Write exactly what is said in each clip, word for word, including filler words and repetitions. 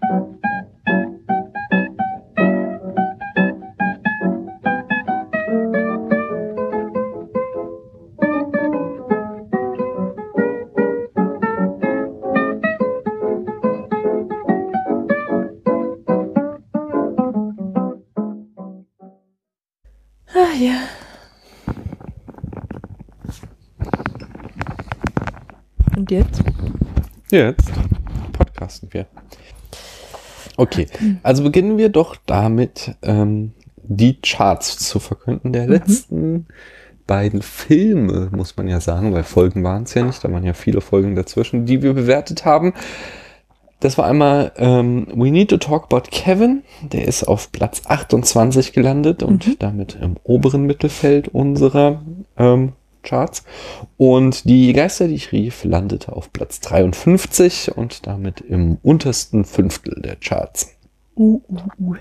Ah ja. Und jetzt? Jetzt podcasten wir. Okay, also beginnen wir doch damit, ähm, die Charts zu verkünden der Mhm. letzten beiden Filme, muss man ja sagen, weil Folgen waren es ja nicht, da waren ja viele Folgen dazwischen, die wir bewertet haben. Das war einmal ähm, We Need to Talk About Kevin, der ist auf Platz achtundzwanzig gelandet und Mhm. damit im oberen Mittelfeld unserer ähm, Charts. Und Die Geister, die ich rief, landete auf Platz dreiundfünfzig und damit im untersten Fünftel der Charts. Uh, uh, uh.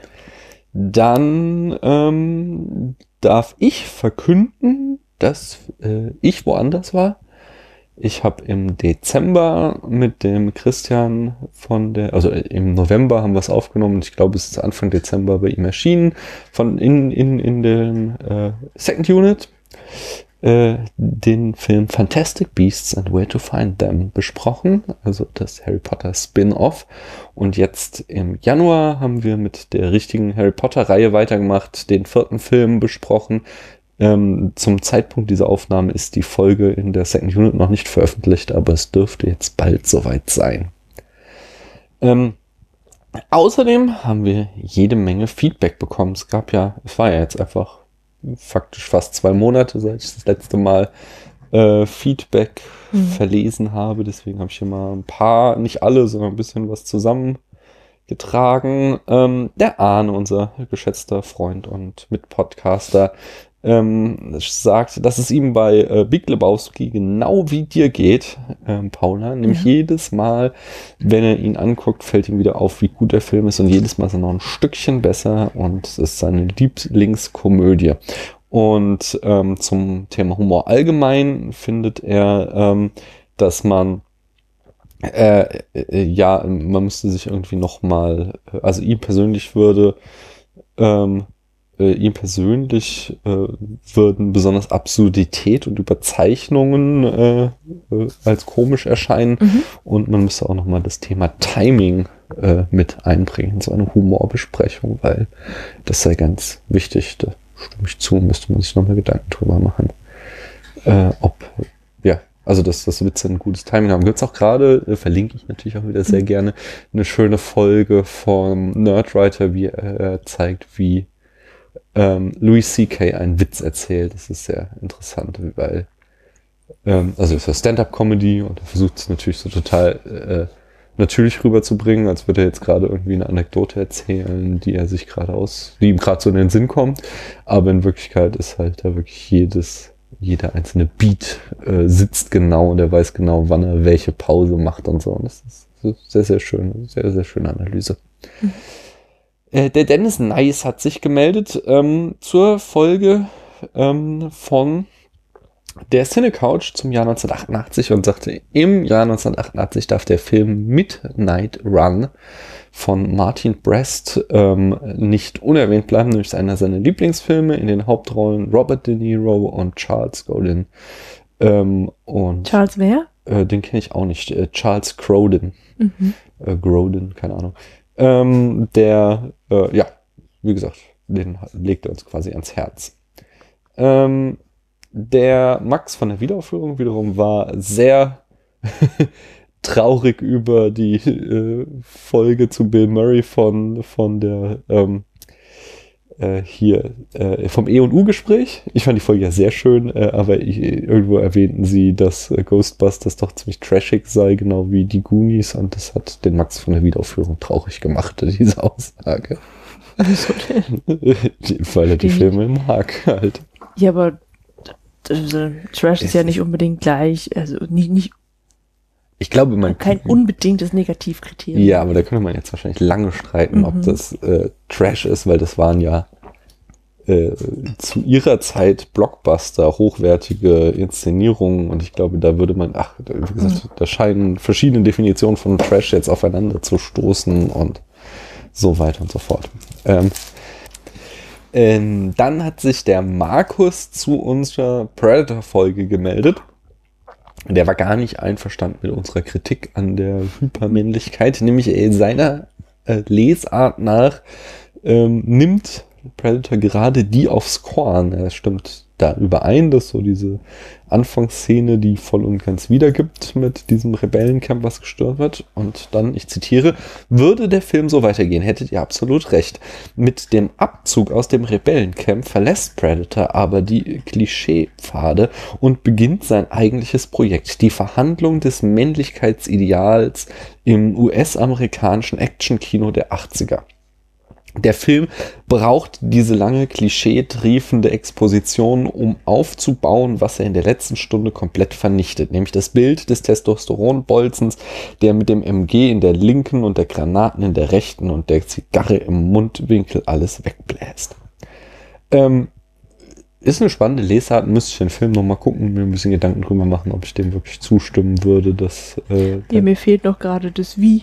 Dann ähm, darf ich verkünden, dass äh, ich woanders war. Ich habe im Dezember mit dem Christian von der, also im November haben wir es aufgenommen. Ich glaube, es ist Anfang Dezember bei ihm erschienen, von in, in, in dem äh, Second Unit, äh, den Film Fantastic Beasts and Where to Find Them besprochen, also das Harry Potter Spin-Off. Und jetzt im Januar haben wir mit der richtigen Harry Potter-Reihe weitergemacht, den vierten Film besprochen. Ähm, zum Zeitpunkt dieser Aufnahme ist die Folge in der Second Unit noch nicht veröffentlicht, aber es dürfte jetzt bald soweit sein. Ähm, außerdem haben wir jede Menge Feedback bekommen. Es gab ja, es war ja jetzt einfach faktisch fast zwei Monate, seit ich das letzte Mal äh, Feedback Mhm. verlesen habe. Deswegen habe ich hier mal ein paar, nicht alle, sondern ein bisschen was zusammengetragen. Ähm, der Arne, unser geschätzter Freund und Mitpodcaster, ähm, sagt, dass es ihm bei äh, Big Lebowski genau wie dir geht, ähm, Paula. Nämlich Ja. jedes Mal, wenn er ihn anguckt, fällt ihm wieder auf, wie gut der Film ist. Und jedes Mal ist er noch ein Stückchen besser. Und es ist seine Lieblingskomödie. Und ähm, zum Thema Humor allgemein findet er, ähm, dass man äh, äh, ja, man müsste sich irgendwie nochmal, also ihm persönlich würde ähm, äh, ihm persönlich äh, würden besonders Absurdität und Überzeichnungen äh, äh, als komisch erscheinen. Mhm. Und man müsste auch nochmal das Thema Timing äh, mit einbringen, so eine Humorbesprechung, weil das sei ganz wichtig. Da stimme ich zu, müsste man sich nochmal Gedanken drüber machen. Äh, ob, ja, also dass das Witze ein gutes Timing haben. Gibt es auch gerade, äh, verlinke ich natürlich auch wieder sehr Mhm. gerne, eine schöne Folge vom Nerdwriter, wie er äh, zeigt, wie ähm, Louis C K einen Witz erzählt. Das ist sehr interessant, weil ähm, also es ist ja Stand-Up-Comedy und er versucht es natürlich so total äh, natürlich rüberzubringen, als würde er jetzt gerade irgendwie eine Anekdote erzählen, die er sich gerade aus, die ihm gerade so in den Sinn kommt. Aber in Wirklichkeit ist halt da wirklich jedes, jeder einzelne Beat äh, sitzt genau und er weiß genau, wann er welche Pause macht und so. Und das ist sehr, sehr schön, sehr, sehr schöne Analyse. Mhm. Äh, der Dennis Nice hat sich gemeldet ähm, zur Folge ähm, von der Cinecouch zum Jahr neunzehnhundertachtundachtzig und sagte, im Jahr neunzehnhundertachtundachtzig darf der Film Midnight Run von Martin Brest ähm, nicht unerwähnt bleiben, nämlich einer seiner Lieblingsfilme, in den Hauptrollen Robert De Niro und Charles Grodin. Ähm, und Charles wer? äh, den kenne ich auch nicht, äh, Charles Grodin. Mhm. Äh, Grodin, keine Ahnung. Ähm, der, äh, ja, wie gesagt, den legt er uns quasi ans Herz. Ähm, der Max von der Wiederaufführung wiederum war sehr traurig über die äh, Folge zu Bill Murray von, von der ähm, äh, hier äh, vom E und U-Gespräch. Ich fand die Folge ja sehr schön, äh, aber ich, irgendwo erwähnten sie, dass äh, Ghostbusters doch ziemlich trashig sei, genau wie die Goonies, und das hat den Max von der Wiederaufführung traurig gemacht, diese Aussage. Wieso denn? Weil er die Verstehe Filme mag halt. Ja, aber also, Trash ist ja nicht unbedingt gleich, also nicht, nicht Ich glaube, man kein unbedingtes Negativkriterium. Ja, aber da könnte man jetzt wahrscheinlich lange streiten, Mhm. ob das äh, Trash ist, weil das waren ja äh, zu ihrer Zeit Blockbuster, hochwertige Inszenierungen, und ich glaube, da würde man, ach, da, wie gesagt, Mhm. da scheinen verschiedene Definitionen von Trash jetzt aufeinander zu stoßen, und so weiter und so fort. Ähm, ähm, dann hat sich der Markus zu unserer Predator-Folge gemeldet. Der war gar nicht einverstanden mit unserer Kritik an der Hypermännlichkeit, nämlich äh, seiner äh, Lesart nach ähm, nimmt Predator gerade die aufs Korn. Er stimmt da überein, dass so diese Anfangsszene, die voll und ganz wiedergibt mit diesem Rebellencamp, was gestört wird. Und dann, ich zitiere, würde der Film so weitergehen, hättet ihr absolut recht. Mit dem Abzug aus dem Rebellencamp verlässt Predator aber die Klischeepfade und beginnt sein eigentliches Projekt, die Verhandlung des Männlichkeitsideals im U S-amerikanischen Actionkino der achtziger. Der Film braucht diese lange klischeetriefende Exposition, um aufzubauen, was er in der letzten Stunde komplett vernichtet, nämlich das Bild des Testosteronbolzens, der mit dem M G in der linken und der Granaten in der rechten und der Zigarre im Mundwinkel alles wegbläst. Ähm, ist eine spannende Lesart, müsste ich den Film nochmal gucken und mir ein bisschen Gedanken drüber machen, ob ich dem wirklich zustimmen würde. Dass, äh, ja, mir fehlt noch gerade das Wie.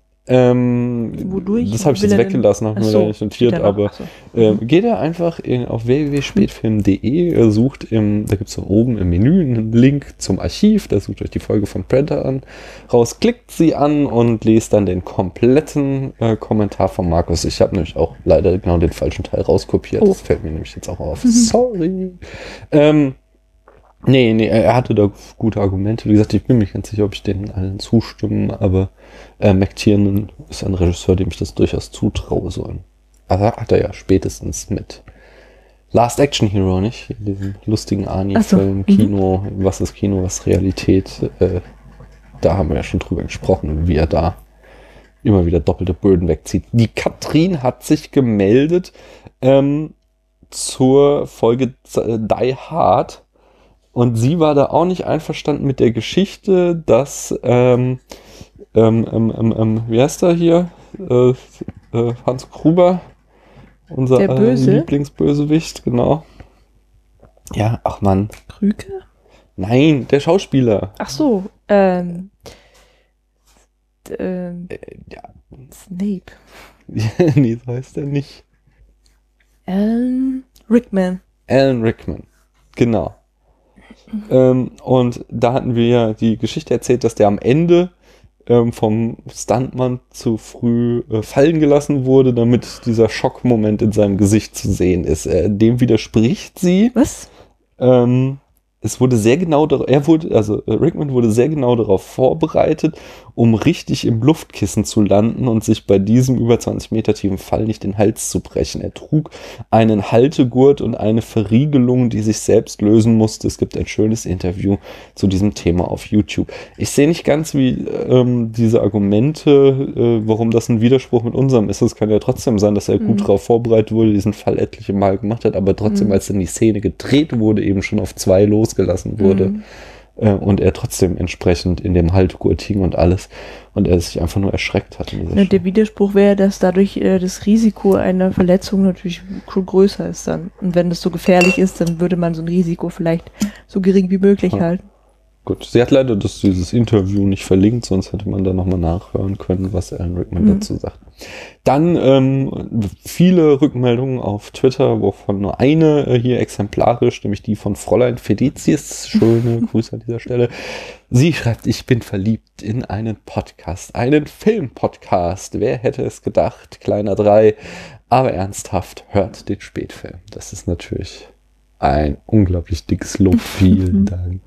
Ähm, Wodurch? Das habe ich jetzt weggelassen, habe mir so, da nicht notiert, aber so. äh, geht er einfach in, auf w w w punkt spätfilm punkt de, äh, sucht im, da gibt es oben im Menü einen Link zum Archiv, da sucht euch die Folge von Predator an, raus, klickt sie an und lest dann den kompletten äh, Kommentar von Markus. Ich habe nämlich auch leider genau den falschen Teil rauskopiert, oh. Das fällt mir nämlich jetzt auch auf. Mhm. Sorry. Ähm, Nee, nee, er hatte da gute Argumente. Wie gesagt, ich bin mir nicht ganz sicher, ob ich denen allen zustimme, aber äh, McTiernan ist ein Regisseur, dem ich das durchaus zutraue sollen. Also hat er ja spätestens mit Last Action Hero, nicht? In diesem lustigen Arnie-Film, so. Kino, mhm. Was ist Kino, was ist Realität? Äh, da haben wir ja schon drüber gesprochen, wie er da immer wieder doppelte Böden wegzieht. Die Katrin hat sich gemeldet ähm, zur Folge Die Hard. Und sie war da auch nicht einverstanden mit der Geschichte, dass, ähm, ähm, ähm, ähm, wie heißt er hier? Äh, äh, Hans Gruber, unser äh, Lieblingsbösewicht, genau. Ja, ach Mann. Krüger? Nein, der Schauspieler. Ach so, ähm. ähm äh, ja. Snape. Nee, so heißt er nicht. Alan Rickman. Alan Rickman, genau. Ähm, und da hatten wir ja die Geschichte erzählt, dass der am Ende ähm, vom Stuntman zu früh äh, fallen gelassen wurde, damit dieser Schockmoment in seinem Gesicht zu sehen ist. Äh, dem widerspricht sie. Was? Ähm, es wurde sehr genau, er wurde, also äh, Rickman wurde sehr genau darauf vorbereitet, um richtig im Luftkissen zu landen und sich bei diesem über zwanzig Meter tiefen Fall nicht den Hals zu brechen. Er trug einen Haltegurt und eine Verriegelung, die sich selbst lösen musste. Es gibt ein schönes Interview zu diesem Thema auf YouTube. Ich sehe nicht ganz, wie ähm, diese Argumente, äh, warum das ein Widerspruch mit unserem ist. Es kann ja trotzdem sein, dass er mhm. gut darauf vorbereitet wurde, diesen Fall etliche Mal gemacht hat, aber trotzdem, mhm. als dann die Szene gedreht wurde, eben schon auf zwei losgelassen wurde. Mhm. Und er trotzdem entsprechend in dem Haltegurt hing und alles. Und er sich einfach nur erschreckt hat. Ja, der Widerspruch wäre, dass dadurch äh, das Risiko einer Verletzung natürlich größer ist dann. Und wenn das so gefährlich ist, dann würde man so ein Risiko vielleicht so gering wie möglich ja. halten. Gut, sie hat leider das, dieses Interview nicht verlinkt, sonst hätte man da nochmal nachhören können, was Alan Rickman mhm. dazu sagt. Dann ähm, viele Rückmeldungen auf Twitter, wovon nur eine äh, hier exemplarisch, nämlich die von Fräulein Felicis. Schöne Grüße an dieser Stelle. Sie schreibt, ich bin verliebt in einen Podcast, einen Film-Podcast. Wer hätte es gedacht? Kleiner drei. Aber ernsthaft, hört den Spätfilm. Das ist natürlich ein unglaublich dickes Lob. Vielen Dank.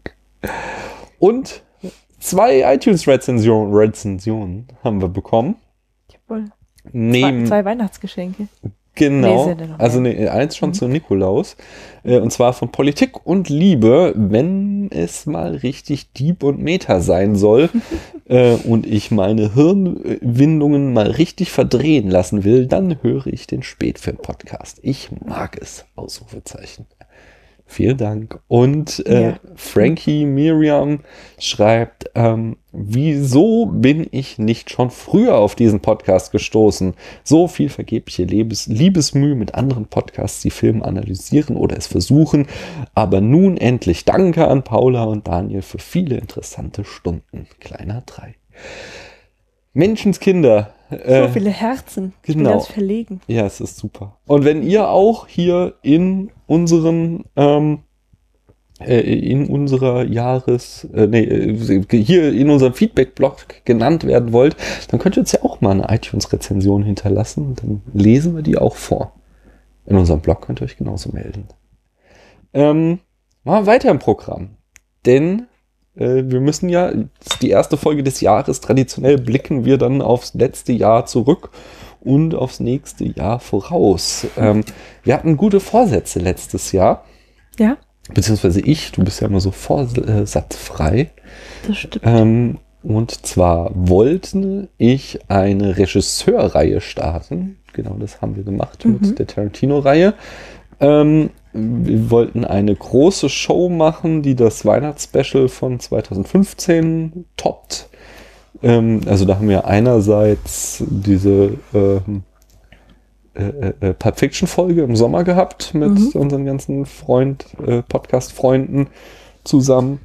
Und zwei iTunes-Rezensionen Rezensionen haben wir bekommen. Jawohl. Neben, zwei, zwei Weihnachtsgeschenke. Genau, also ne, eins schon mhm. zu Nikolaus. Äh, und zwar von Politik und Liebe, wenn es mal richtig Deep und Meta sein soll äh, und ich meine Hirnwindungen mal richtig verdrehen lassen will, dann höre ich den Spätfilm-Podcast. Ich mag es, Ausrufezeichen. Vielen Dank. Und äh, ja. Frankie Miriam schreibt, ähm, wieso bin ich nicht schon früher auf diesen Podcast gestoßen? So viel vergebliche Liebes Liebesmühe mit anderen Podcasts, die Filme analysieren oder es versuchen. Aber nun endlich danke an Paula und Daniel für viele interessante Stunden. Kleiner drei. Menschenskinder, Äh, so viele Herzen. Ich genau. bin ganz verlegen. Ja, es ist super. Und wenn ihr auch hier in unseren ähm, äh, in unserer Jahres äh, nee, äh, hier in unserem Feedback-Blog genannt werden wollt, dann könnt ihr uns ja auch mal eine iTunes-Rezension hinterlassen. Dann lesen wir die auch vor. In unserem Blog könnt ihr euch genauso melden. Ähm, machen wir weiter im Programm. Denn äh, wir müssen ja, das ist die erste Folge des Jahres, traditionell blicken wir dann aufs letzte Jahr zurück und aufs nächste Jahr voraus. Ähm, wir hatten gute Vorsätze letztes Jahr. Ja. Beziehungsweise ich, du bist ja immer so vorsatzfrei. Das stimmt. Ähm, und zwar wollte ich eine Regisseurreihe starten. Genau, das haben wir gemacht Mhm. mit der Tarantino-Reihe. Ähm, wir wollten eine große Show machen, die das Weihnachtsspecial von zwanzig fünfzehn toppt. Ähm, also da haben wir einerseits diese ähm, äh, äh, Pulp Fiction Folge im Sommer gehabt mit Mhm. unseren ganzen Freund, äh, Podcast-Freunden zusammen.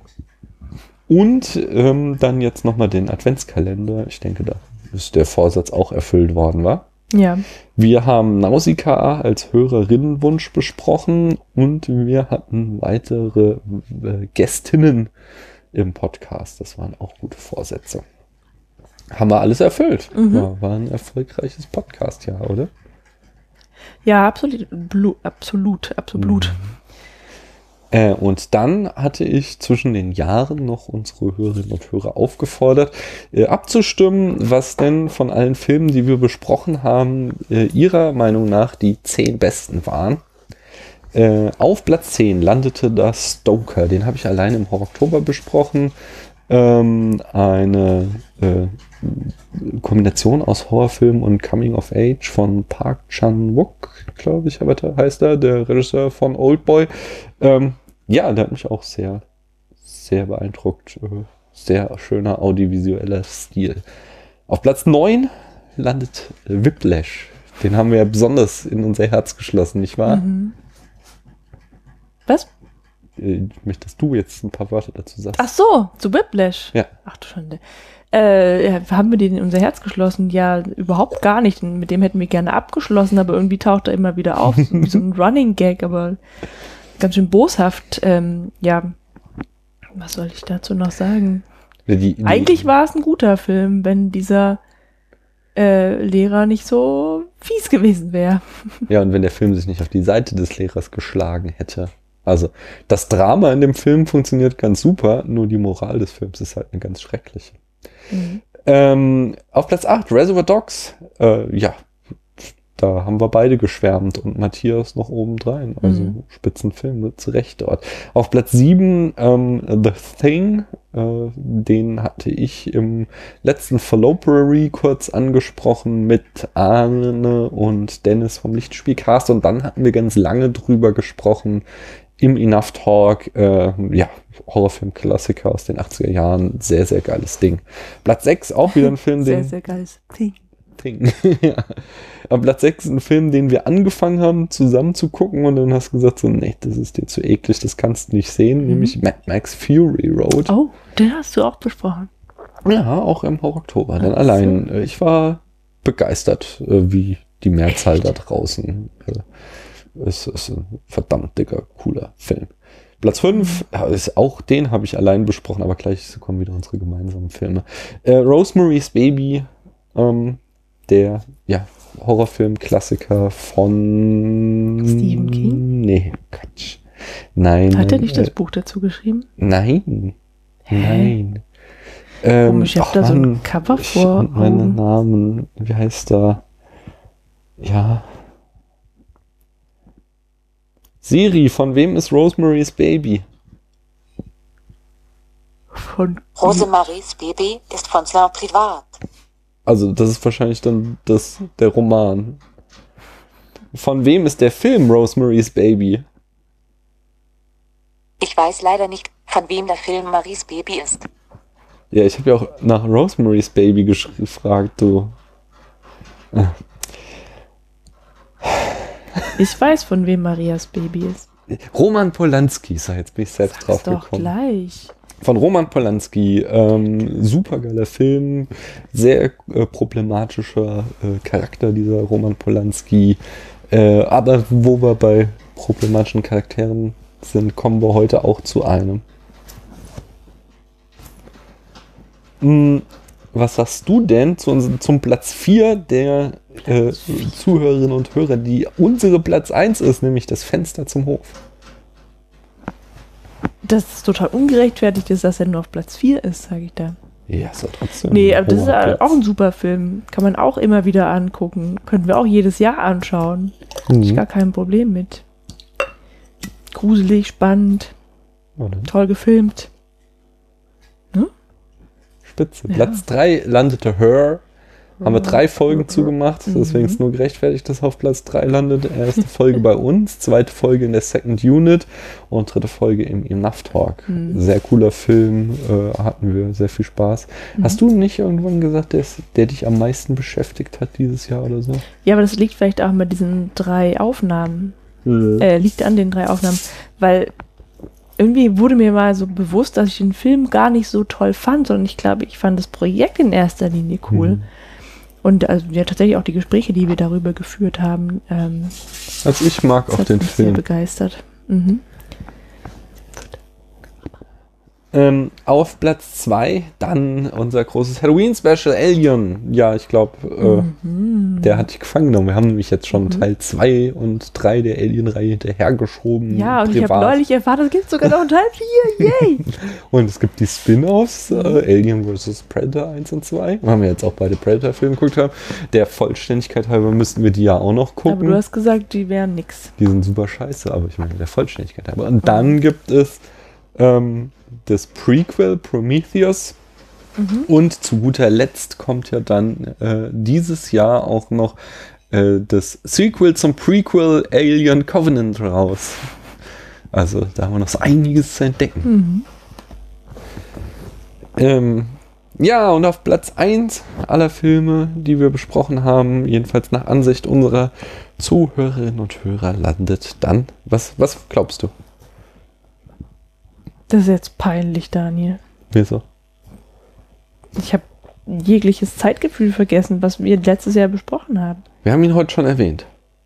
Und ähm, dann jetzt nochmal den Adventskalender. Ich denke, da ist der Vorsatz auch erfüllt worden, war. Ja. Wir haben Nausicaa als Hörerinnenwunsch besprochen und wir hatten weitere äh, Gästinnen im Podcast. Das waren auch gute Vorsätze. Haben wir alles erfüllt. Mhm. War, war ein erfolgreiches Podcast-Jahr, oder? Ja, absolut. Blu absolut, absolut. Äh, und dann hatte ich zwischen den Jahren noch unsere Hörerinnen und Hörer aufgefordert, äh, abzustimmen, was denn von allen Filmen, die wir besprochen haben, äh, ihrer Meinung nach die zehn besten waren. Äh, auf Platz zehn landete das Stoker. Den habe ich allein im Oktober besprochen. Ähm, eine äh, Kombination aus Horrorfilm und Coming of Age von Park Chan-wook, glaube ich, heißt er, der Regisseur von Oldboy. Ähm, ja, der hat mich auch sehr, sehr beeindruckt. Äh, sehr schöner audiovisueller Stil. Auf Platz neun landet Whiplash. Den haben wir ja besonders in unser Herz geschlossen, nicht wahr? Mhm. Was? Äh, möchtest du jetzt ein paar Wörter dazu sagen? Ach so, zu Whiplash. Ja. Ach du Schande. Äh, ja, haben wir den in unser Herz geschlossen? Ja, überhaupt gar nicht. Mit dem hätten wir gerne abgeschlossen, aber irgendwie taucht er immer wieder auf. So, wie so ein Running Gag, aber ganz schön boshaft. Ähm, ja, was soll ich dazu noch sagen? Die, die, Eigentlich war es ein guter Film, wenn dieser äh, Lehrer nicht so fies gewesen wäre. Ja, und wenn der Film sich nicht auf die Seite des Lehrers geschlagen hätte. Also, das Drama in dem Film funktioniert ganz super, nur die Moral des Films ist halt eine ganz schreckliche. Mhm. Ähm, auf Platz acht, Reservoir Dogs. Äh, ja, da haben wir beide geschwärmt und Matthias noch obendrein. Also Mhm. Spitzenfilm, zu Recht dort. Auf Platz sieben, ähm, The Thing. Äh, den hatte ich im letzten Fallopery kurz angesprochen mit Arne und Dennis vom Lichtspielcast. Und dann hatten wir ganz lange drüber gesprochen im Enough Talk. Äh, ja, Horrorfilm-Klassiker aus den achtziger Jahren. Sehr, sehr geiles Ding. Platz sechs, auch wieder ein Film, Sehr, den... sehr geiles Ding. Ding. Ja. Am Platz sechs ein Film, den wir angefangen haben zusammen zu gucken und dann hast du gesagt so, nee, das ist dir zu eklig, das kannst du nicht sehen, Mhm. nämlich Mad Max Fury Road. Oh, den hast du auch besprochen. Ja, auch im Oktober, dann Ach so. allein. Äh, Ich war begeistert, äh, wie die Mehrzahl Echt? da draußen. Äh, Es ist ein verdammt dicker, cooler Film. Platz fünf, ist auch den habe ich allein besprochen, aber gleich kommen wieder unsere gemeinsamen Filme. Äh, Rosemary's Baby, ähm, der ja, Horrorfilm-Klassiker von Stephen King? Nee, Quatsch. Nein. Hat er nicht äh, das Buch dazu geschrieben? Nein. Hä? Nein. Ähm, Komisch, ich hab ach da so ein Mann, Cover ich- vor Meine Augen. Namen, wie heißt er? Ja. Siri, von wem ist Rosemary's Baby? Von Rosemaries Baby ist von Saint Privat. Also, das ist wahrscheinlich dann das, der Roman. Von wem ist der Film Rosemary's Baby? Ich weiß leider nicht, von wem der Film Maries Baby ist. Ja, ich habe ja auch nach Rosemary's Baby gesch- gefragt, du. Ich weiß, von wem Marias Baby ist. Roman Polanski, so jetzt bin ich selbst Sag's drauf doch gekommen. gleich. Von Roman Polanski, ähm, supergeiler Film, sehr äh, problematischer äh, Charakter dieser Roman Polanski. Äh, aber wo wir bei problematischen Charakteren sind, kommen wir heute auch zu einem. Hm, was sagst du denn zu uns, zum Platz vier der äh, Zuhörerinnen und Hörer, die unsere Platz eins ist, nämlich das Fenster zum Hof? Das ist total ungerechtfertigt, ist, dass er nur auf Platz vier ist, sage ich da. Ja, ist ja trotzdem. Nee, aber das ist hoher Platz. auch ein super Film. Kann man auch immer wieder angucken. Könnten wir auch jedes Jahr anschauen. Mhm. Ich gar kein Problem mit. Gruselig, spannend, Oder? toll gefilmt. Spitze. Ja. Platz drei landete Her. Haben wir drei Folgen zugemacht, Mhm. deswegen ist nur gerechtfertigt, dass er auf Platz drei landet. Erste Folge bei uns, zweite Folge in der Second Unit und dritte Folge im Enough Talk. Mhm. Sehr cooler Film, äh, hatten wir sehr viel Spaß. Mhm. Hast du nicht irgendwann gesagt, der, ist, der dich am meisten beschäftigt hat dieses Jahr oder so? Ja, aber das liegt vielleicht auch mit diesen drei Aufnahmen. Mhm. Äh, liegt an den drei Aufnahmen. Weil irgendwie wurde mir mal so bewusst, dass ich den Film gar nicht so toll fand, sondern ich glaube, ich fand das Projekt in erster Linie cool. Mhm. Und also, ja, tatsächlich auch die Gespräche, die wir darüber geführt haben, ähm, Also ich mag das auch hat den mich sehr Film. begeistert. Mhm. Ähm, auf Platz zwei dann unser großes Halloween-Special Alien. Ja, ich glaube, äh, Mhm. der hat dich gefangen genommen. Wir haben nämlich jetzt schon Mhm. Teil zwei und drei der Alien-Reihe hinterhergeschoben. Ja, und ich habe privat. neulich erfahren, es gibt sogar noch einen Teil vier. Yay! Und es gibt die Spin-Offs, äh, Alien versus. Predator eins und zwei. Haben wir jetzt auch beide Predator-Filme geguckt haben. Der Vollständigkeit halber müssten wir die ja auch noch gucken. Aber du hast gesagt, die wären nix. Die sind super scheiße, aber ich meine, der Vollständigkeit halber. Und dann gibt es ähm, das Prequel Prometheus. Mhm. Und zu guter Letzt kommt ja dann äh, dieses Jahr auch noch äh, das Sequel zum Prequel Alien Covenant raus. Also da haben wir noch so einiges zu entdecken. Mhm. Ähm, ja, und auf Platz eins aller Filme, die wir besprochen haben, jedenfalls nach Ansicht unserer Zuhörerinnen und Hörer, landet dann. Was, was glaubst du? Das ist jetzt peinlich, Daniel. Wieso? Ich habe jegliches Zeitgefühl vergessen, was wir letztes Jahr besprochen haben. Wir haben ihn heute schon erwähnt.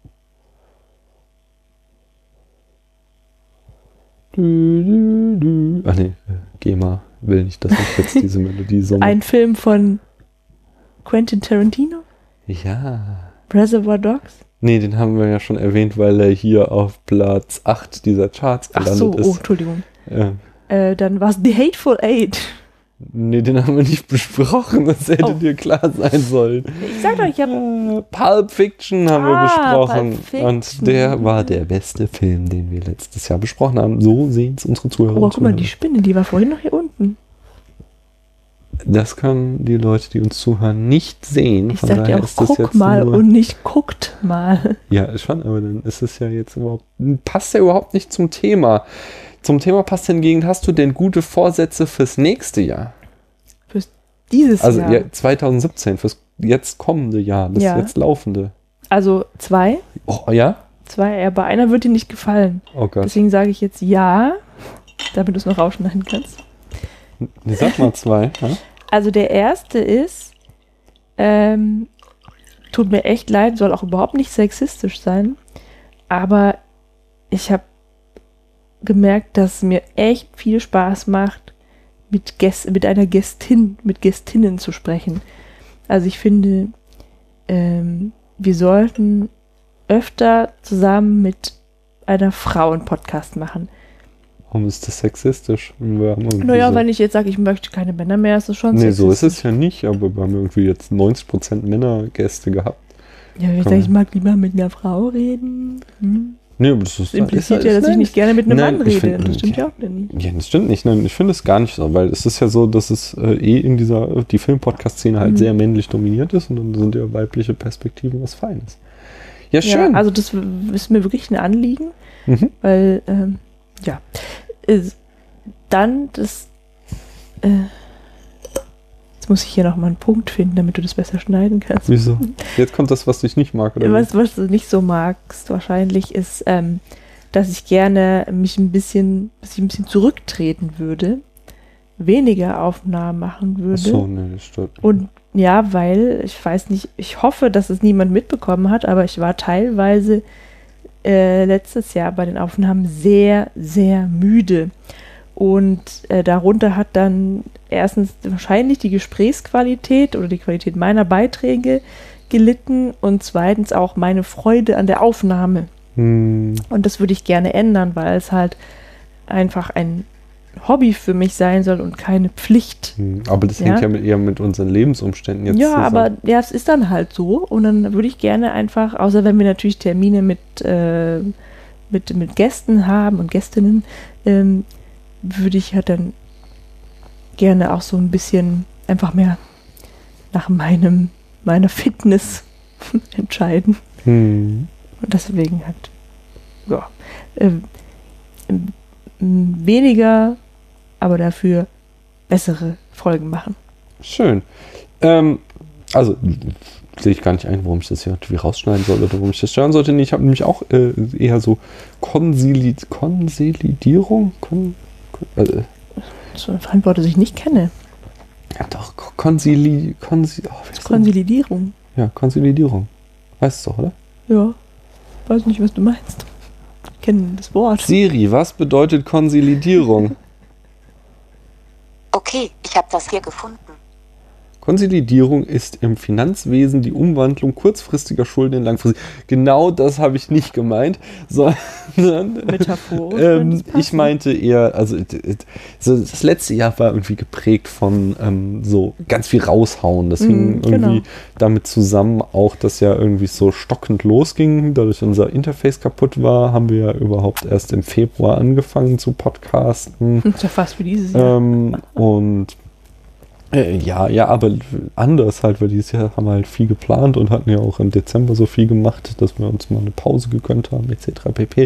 Du, du, du. Ach nee, GEMA will nicht, dass ich jetzt diese Melodie summe. Ein Film von Quentin Tarantino? Ja. Reservoir Dogs? Nee, den haben wir ja schon erwähnt, weil er hier auf Platz acht dieser Charts Ach gelandet so, oh, ist. Entschuldigung. Ähm, Äh, dann war es The Hateful Eight. nee, den haben wir nicht besprochen. Das hätte Oh. dir klar sein sollen. Ich sag doch, ich habe... Äh, Pulp Fiction haben wir Ah, besprochen. Pulp Fiction. Und der war der beste Film, den wir letztes Jahr besprochen haben. So sehen es unsere Zuhörer Oh, und guck mal, Zuhörer. die Spinne, die war vorhin noch hier unten. Das können die Leute, die uns zuhören, nicht sehen. Ich Von sag dir daher auch, ist das guck jetzt mal nur, und nicht guckt mal. ja, schon, aber dann ist es ja jetzt überhaupt, passt ja überhaupt nicht zum Thema. Zum Thema passt hingegen, hast du denn gute Vorsätze fürs nächste Jahr? Fürs dieses Also Jahr. ja, zwanzig siebzehn, fürs jetzt kommende Jahr, das Ja. jetzt laufende. Also zwei. Oh, ja? Zwei, aber einer wird dir nicht gefallen. Oh Gott. Deswegen sage ich jetzt ja, damit du es noch rausschneiden kannst. Nee, sag mal zwei. Ja? Also der erste ist, ähm, tut mir echt leid, soll auch überhaupt nicht sexistisch sein, aber ich habe gemerkt, dass es mir echt viel Spaß macht, mit, Gäst mit einer Gästin, mit Gästinnen zu sprechen. Also ich finde, ähm, wir sollten öfter zusammen mit einer Frau einen Podcast machen. Warum ist das sexistisch? Wir haben irgendwie Naja, so, wenn ich jetzt sage, ich möchte keine Männer mehr, ist das schon nee, so ist sexistisch. es ja nicht, aber wir haben irgendwie jetzt neunzig Prozent Männergäste gehabt. Ja, wenn ich Komm. sage, ich mag lieber mit einer Frau reden. Hm. Nee, aber das ist, Das impliziert ist- ja, dass ich nein, nicht gerne mit einem Nein, Mann ich rede. find- das stimmt ja. ja auch nicht. Ja, das stimmt nicht. Nein, ich finde es gar nicht so, weil es ist ja so, dass es äh, eh in dieser, die Film-Podcast-Szene halt Mhm. sehr männlich dominiert ist und dann sind ja weibliche Perspektiven was Feines. Ja, Ja, schön. also das w- ist mir wirklich ein Anliegen, mhm. weil, ähm, ja. Ist dann das, äh, jetzt muss ich hier nochmal einen Punkt finden, damit du das besser schneiden kannst. Wieso? Jetzt kommt das, was du nicht mag, oder? Was, was du nicht so magst, wahrscheinlich, ist, ähm, dass ich gerne mich ein bisschen, dass ich ein bisschen zurücktreten würde, weniger Aufnahmen machen würde. Ach so, nee, das stört mich. Und ja, weil, ich weiß nicht, ich hoffe, dass es niemand mitbekommen hat, aber ich war teilweise äh, letztes Jahr bei den Aufnahmen sehr, sehr müde. Und äh, darunter hat dann erstens wahrscheinlich die Gesprächsqualität oder die Qualität meiner Beiträge gelitten und zweitens auch meine Freude an der Aufnahme. Hm. Und das würde ich gerne ändern, weil es halt einfach ein Hobby für mich sein soll und keine Pflicht. Hm. Aber das Ja. hängt ja mit, eher mit unseren Lebensumständen jetzt Ja, zusammen. aber ja, es ist dann halt so. Und dann würde ich gerne einfach, außer wenn wir natürlich Termine mit, äh, mit, mit Gästen haben und Gästinnen, ähm, würde ich halt dann gerne auch so ein bisschen einfach mehr nach meinem, meiner Fitness entscheiden. Hm. Und deswegen halt, ja, ähm, ähm, weniger, aber dafür bessere Folgen machen. Schön. Ähm, also sehe ich gar nicht ein, warum ich das hier irgendwie rausschneiden soll oder warum ich das stören sollte. Nee, ich habe nämlich auch äh, eher so Konsolid Konsolidierung. Kon kon äh, So ein Fremdwort, das ich nicht kenne. ja doch, Konsili Konsi oh, wie heißt das? Konsolidierung. Ja, Konsolidierung. Weißt du doch, oder? Ja, weiß nicht, was du meinst. Ich kenne das Wort. Siri, was bedeutet Konsolidierung? Okay, ich habe das hier gefunden. Konsolidierung ist im Finanzwesen die Umwandlung kurzfristiger Schulden in langfristig. Genau das habe ich nicht gemeint, sondern Metaphorisch. ähm, ich meinte eher, also so das letzte Jahr war irgendwie geprägt von ähm, so ganz viel raushauen. Das hing Mm, genau. irgendwie damit zusammen auch, dass ja irgendwie so stockend losging. Dadurch unser Interface kaputt war, haben wir ja überhaupt erst im Februar angefangen zu podcasten. Das ist ja fast wie dieses Jahr. Ähm, und äh, ja, ja, aber anders halt, weil dieses Jahr haben wir halt viel geplant und hatten ja auch im Dezember so viel gemacht, dass wir uns mal eine Pause gegönnt haben, et cetera pp.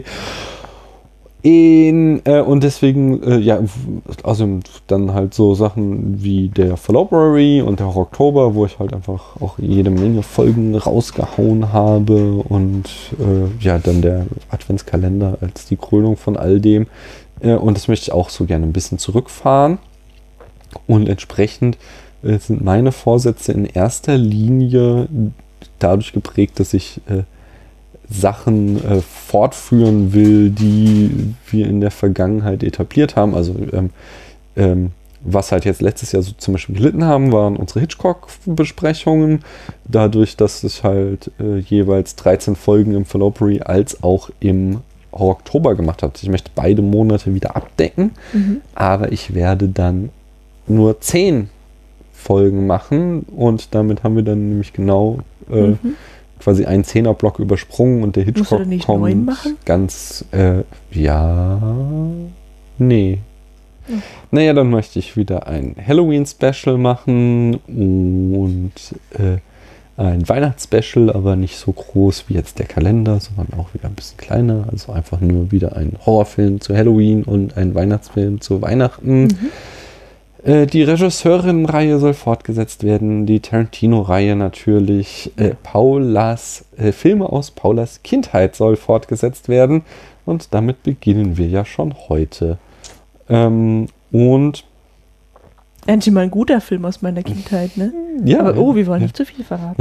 In, äh, und deswegen, äh, ja, also dann halt so Sachen wie der Fallowberry und der Oktober, wo ich halt einfach auch jede Menge Folgen rausgehauen habe und äh, ja, dann der Adventskalender als die Krönung von all dem. Äh, und das möchte ich auch so gerne ein bisschen zurückfahren. Und entsprechend äh, sind meine Vorsätze in erster Linie dadurch geprägt, dass ich äh, Sachen äh, fortführen will, die wir in der Vergangenheit etabliert haben. Also ähm, ähm, was halt jetzt letztes Jahr so zum Beispiel gelitten haben, waren unsere Hitchcock-Besprechungen. Dadurch, dass ich halt äh, jeweils dreizehn Folgen im Fallopery als auch im Oktober gemacht habe. Ich möchte beide Monate wieder abdecken, Mhm. aber ich werde dann nur zehn Folgen machen und damit haben wir dann nämlich genau äh, Mhm. quasi einen Zehnerblock übersprungen und der Musst du Hitchcock denn nicht kommt neun machen? ganz, äh, ja, nee. Ja. Naja, dann möchte ich wieder ein Halloween-Special machen und äh, ein Weihnachtsspecial, aber nicht so groß wie jetzt der Kalender, sondern auch wieder ein bisschen kleiner. Also einfach nur wieder ein Horrorfilm zu Halloween und ein Weihnachtsfilm zu Weihnachten. Mhm. Äh, die Regisseurin-Reihe soll fortgesetzt werden, die Tarantino-Reihe natürlich. Äh, Paulas, äh, Filme aus Paulas Kindheit soll fortgesetzt werden. Und damit beginnen wir ja schon heute. Ähm, und Endlich mal ein guter Film aus meiner Kindheit, ne? ja. Aber oh, wir wollen ja. nicht zu viel verraten.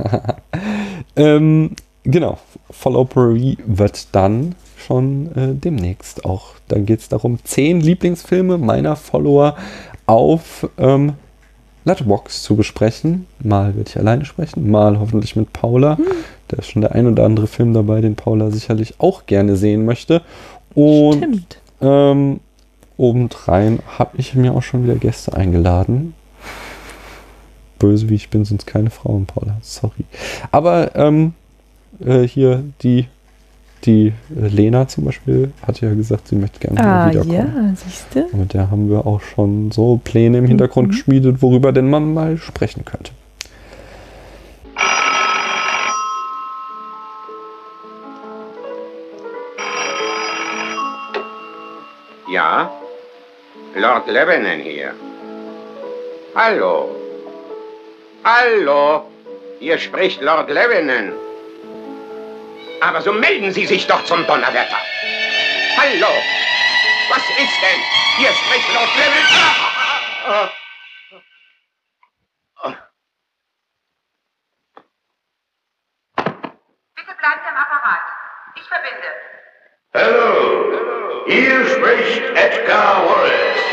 ähm, genau. Fallopery wird dann schon äh, demnächst auch. Dann geht es darum, zehn Lieblingsfilme meiner Follower auf ähm, Letterboxd zu besprechen. Mal werde ich alleine sprechen, mal hoffentlich mit Paula. Hm. Da ist schon der ein oder andere Film dabei, den Paula sicherlich auch gerne sehen möchte. Und Stimmt. ähm, obendrein habe ich mir auch schon wieder Gäste eingeladen. Böse wie ich bin, sind es keine Frauen, Paula. Sorry. Aber ähm, äh, hier die, die äh, Lena zum Beispiel hat ja gesagt, sie möchte gerne Ah, mal wiederkommen. ja, siehst du? Und mit der haben wir auch schon so Pläne im Hintergrund Mhm. geschmiedet, worüber denn man mal sprechen könnte. Ja? Lord Lebanon hier. Hallo? Hallo? Hier spricht Lord Lebanon. Aber so melden Sie sich doch zum Donnerwetter. Hallo? Was ist denn? Hier spricht Lord Lebanon. Ah! Bitte bleibt am Apparat. Ich verbinde. Hallo, hier spricht Edgar Wallace.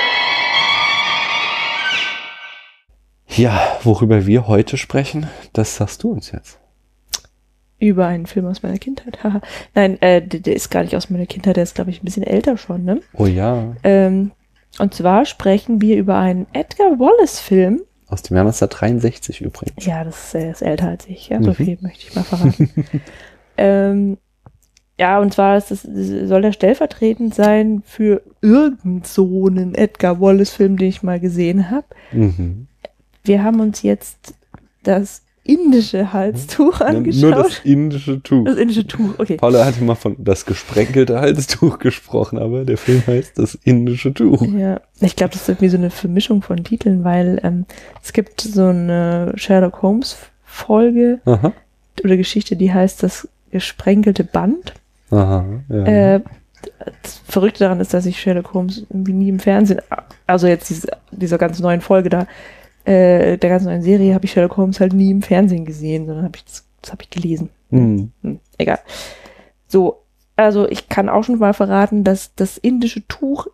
Ja, worüber wir heute sprechen, das sagst du uns jetzt. Über einen Film aus meiner Kindheit. Haha. Nein, äh, der, der ist gar nicht aus meiner Kindheit, der ist, glaube ich, ein bisschen älter schon, ne? Oh ja. Ähm, und zwar sprechen wir über einen Edgar Wallace-Film. Aus dem Jahr neunzehnhundertdreiundsechzig übrigens. Ja, das ist, äh, ist älter als ich, ja, so Mhm. viel möchte ich mal verraten. ähm, ja, und zwar ist das, soll der stellvertretend sein für irgend so einen Edgar Wallace-Film, den ich mal gesehen habe. Mhm. Wir haben uns jetzt das indische Halstuch angeschaut. Nur das indische Tuch. Das indische Tuch, okay. Paula hatte mal von das gesprenkelte Halstuch gesprochen, aber der Film heißt das indische Tuch. Ja, ich glaube, das ist irgendwie so eine Vermischung von Titeln, weil ähm, es gibt so eine Sherlock Holmes Folge Aha. oder Geschichte, die heißt das gesprenkelte Band. Aha. Ja. Äh, das Verrückte daran ist, dass ich Sherlock Holmes irgendwie nie im Fernsehen, also jetzt diese, dieser ganz neuen Folge da, äh, der ganz neuen Serie, habe ich Sherlock Holmes halt nie im Fernsehen gesehen, sondern habe ich das, das habe ich gelesen. Mhm. Hm, egal. So, also ich kann auch schon mal verraten, dass das indische Tuch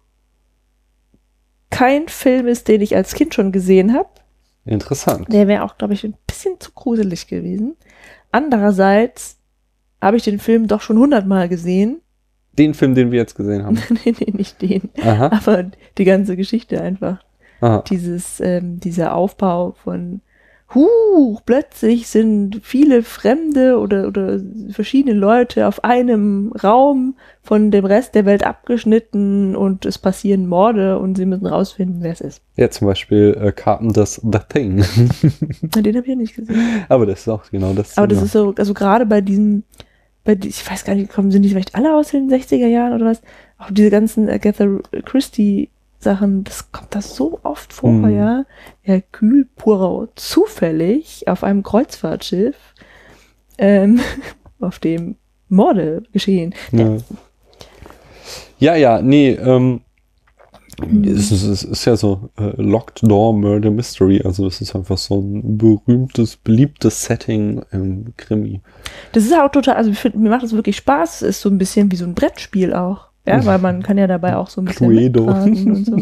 kein Film ist, den ich als Kind schon gesehen habe. Interessant. Der wäre auch, glaube ich, ein bisschen zu gruselig gewesen. Andererseits habe ich den Film doch schon hundertmal gesehen. Den Film, den wir jetzt gesehen haben. nee, nee, nicht den. Aha. Aber die ganze Geschichte einfach. Aha. Dieses, ähm, dieser Aufbau von Huch, plötzlich sind viele Fremde oder, oder verschiedene Leute auf einem Raum von dem Rest der Welt abgeschnitten und es passieren Morde und sie müssen rausfinden, wer es ist. Ja, zum Beispiel äh, Carpenters The Thing. Den habe ich ja nicht gesehen. Aber das ist auch genau das. Aber das genau. ist so, also gerade bei diesen, bei die, ich weiß gar nicht, kommen, sind die vielleicht alle aus den sechziger Jahren oder was? Auch diese ganzen Agatha Christie Sachen, das kommt da so oft vor, Mhm. ja. Hercule Poirot zufällig auf einem Kreuzfahrtschiff, ähm, auf dem Morde geschehen. Ja, ja, ja, nee, ähm, es, ist, es ist ja so äh, Locked Door Murder Mystery, also das ist einfach so ein berühmtes, beliebtes Setting im Krimi. Das ist auch total, also ich find, mir macht das wirklich Spaß. Es ist so ein bisschen wie so ein Brettspiel auch. Ja, weil man kann ja dabei auch so ein bisschen Cluedo. mitraten und so.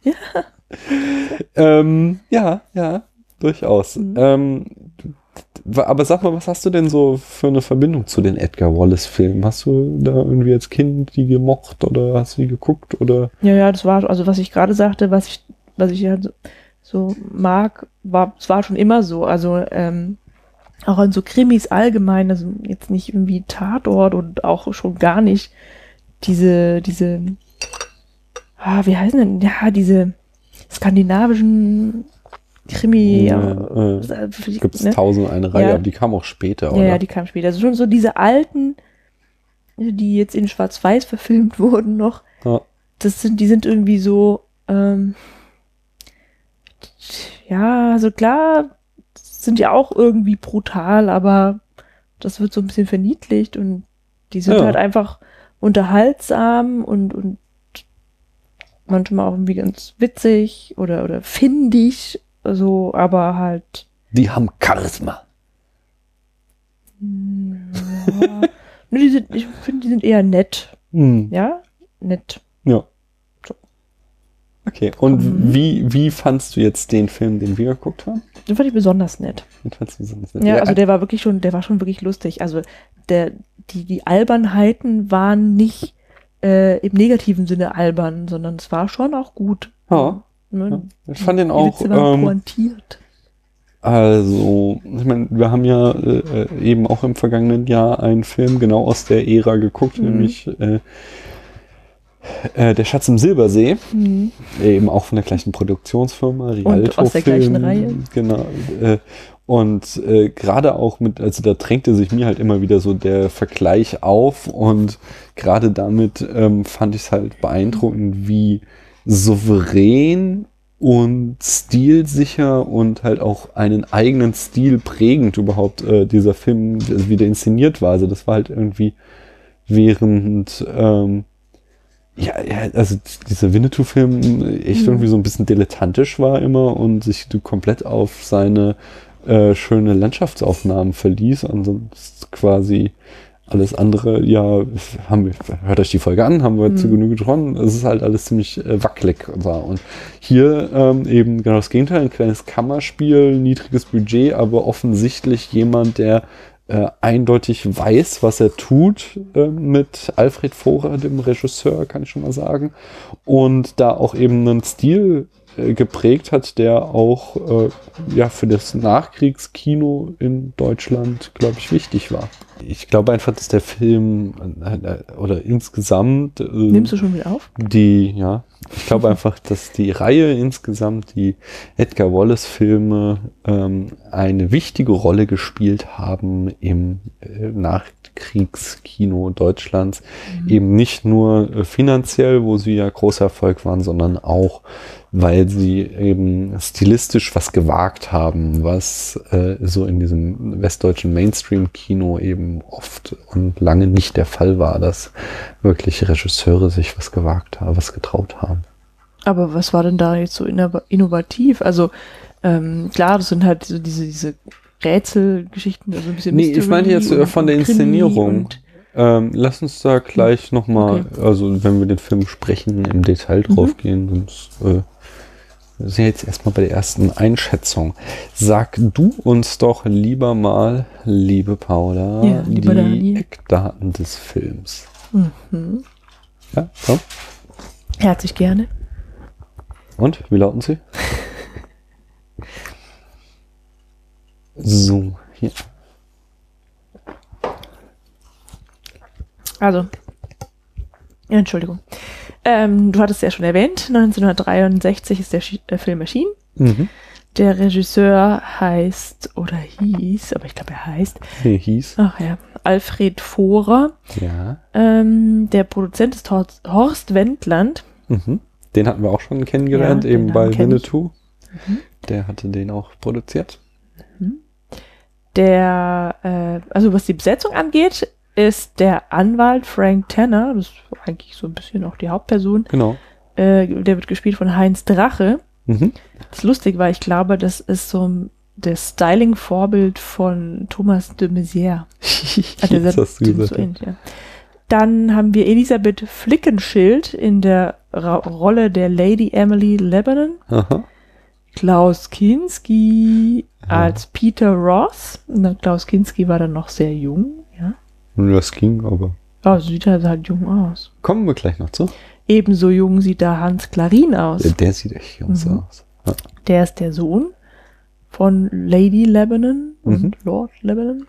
Ähm, ja, ja, durchaus. Mhm. Ähm, w- aber sag mal, was hast du denn so für eine Verbindung zu den Edgar Wallace-Filmen? Hast du da irgendwie als Kind die gemocht oder hast du die geguckt oder? Ja, ja, das war, also was ich gerade sagte, was ich, was ich halt so, so mag, war, es war schon immer so. Also, ähm, auch an so Krimis allgemein, also jetzt nicht irgendwie Tatort und auch schon gar nicht diese, diese, ah, wie heißen denn, ja, diese skandinavischen Krimi, Ja, äh, äh, für die- Gibt es ne? tausend eine Reihe, Ja. aber die kam auch später, Ja, oder? ja, die kamen später. Also schon so diese alten, die jetzt in Schwarz-Weiß verfilmt wurden noch, Ja. das sind, die sind irgendwie so, ähm, ja, also klar, sind ja auch irgendwie brutal, aber das wird so ein bisschen verniedlicht und die sind Ja. halt einfach unterhaltsam und, und manchmal auch irgendwie ganz witzig oder, oder findig, so, aber halt, Die haben Charisma. ja, ne, die sind, ich finde, die sind eher nett, Hm. ja, nett. Ja. So. Okay, und Mhm. wie, wie fandst du jetzt den Film, den wir geguckt haben? Den fand ich besonders nett. Den fandst du besonders nett? Ja, also der war wirklich schon, der war schon wirklich lustig. Also der, die, die Albernheiten waren nicht äh, im negativen Sinne albern, sondern es war schon auch gut. Ja. Ne? Ja, ich fand den Die auch, Witze waren ähm, pointiert. Also, ich meine, wir haben ja äh, eben auch im vergangenen Jahr einen Film genau aus der Ära geguckt, Mhm. nämlich äh, äh, Der Schatz im Silbersee, Mhm. eben auch von der gleichen Produktionsfirma, Rialto aus der Film, gleichen Reihe. Genau. Äh, und äh, gerade auch mit, also da drängte sich mir halt immer wieder so der Vergleich auf und gerade damit ähm, fand ich es halt beeindruckend, wie souverän und stilsicher und halt auch einen eigenen Stil prägend überhaupt äh, dieser Film also wieder inszeniert war. Also das war halt irgendwie während ähm, Ja, ja, also dieser Winnetou-Film echt Mhm. irgendwie so ein bisschen dilettantisch war immer und sich komplett auf seine äh, schöne Landschaftsaufnahmen verließ. Ansonsten quasi alles andere, ja, haben wir, hört euch die Folge an, haben wir Mhm. zu Genüge getroffen. Es ist halt alles ziemlich äh, wackelig war. Und hier ähm, eben genau das Gegenteil, ein kleines Kammerspiel, niedriges Budget, aber offensichtlich jemand, der äh, eindeutig weiß, was er tut, äh, mit Alfred Vohra, dem Regisseur, kann ich schon mal sagen. Und da auch eben einen Stil äh, geprägt hat, der auch äh, ja, für das Nachkriegskino in Deutschland, glaube ich, wichtig war. Ich glaube einfach, dass der Film äh, oder insgesamt äh, Nimmst du schon wieder auf? die, ja, ich glaube einfach, dass die Reihe insgesamt, die Edgar Wallace-Filme, ähm, eine wichtige Rolle gespielt haben im äh, Nachkriegskino Deutschlands. Mhm. Eben nicht nur äh, finanziell, wo sie ja großer Erfolg waren, sondern auch, weil sie eben stilistisch was gewagt haben, was äh, so in diesem westdeutschen Mainstream-Kino eben oft und lange nicht der Fall war, dass wirklich Regisseure sich was gewagt haben, was getraut haben. Aber was war denn da jetzt so inno- innovativ? Also ähm, klar, das sind halt so diese, diese Rätselgeschichten, also ein bisschen Nee, ich Mystery meine jetzt äh, und- von und der Krimi Inszenierung. und- Ähm, lass uns da gleich nochmal, Okay. also wenn wir den Film sprechen, im Detail drauf gehen, sonst äh, wir sind jetzt erstmal bei der ersten Einschätzung. Sag du uns doch lieber mal, liebe Paula, Ja, lieber die Daniel. Eckdaten des Films. Mhm. Ja, komm. Herzlich gerne. Und, wie lauten sie? So, hier. Also, ja, Entschuldigung. Ähm, du hattest es ja schon erwähnt, neunzehnhundertdreiundsechzig ist der, Schi- der Film erschienen. Mhm. Der Regisseur heißt, oder hieß, aber ich glaube, er heißt, Nee, hieß. ach ja, Alfred Vohra. Ja. Ähm, der Produzent ist Horst, Horst Wendland. Mhm. Den hatten wir auch schon kennengelernt, Ja, eben den bei Namen kenn ich. Winnetou. Der hatte den auch produziert. Der, äh, also was die Besetzung angeht, ist der Anwalt Frank Tanner, das ist eigentlich so ein bisschen auch die Hauptperson, Genau. äh, der wird gespielt von Heinz Drache. Mhm. Das ist lustig, weil ich glaube, das ist so ein- das Styling-Vorbild von Thomas de Maizière. Ah, der Jetzt sah hast du ziemlich gesagt. so ja. ähnlich, ja. Dann haben wir Elisabeth Flickenschild in der Ra Rolle der Lady Emily Lebanon. Aha. Klaus Kinski Ja. als Peter Ross. Na, Klaus Kinski war dann noch sehr jung, ja. Das ging, aber Ja, sieht halt halt jung aus. kommen wir gleich noch zu. Ebenso jung sieht da Hans Klarin aus. Der, der sieht echt jung Mhm. aus. Ja. Der ist der Sohn von Lady Lebanon und Mhm. Lord Lebanon.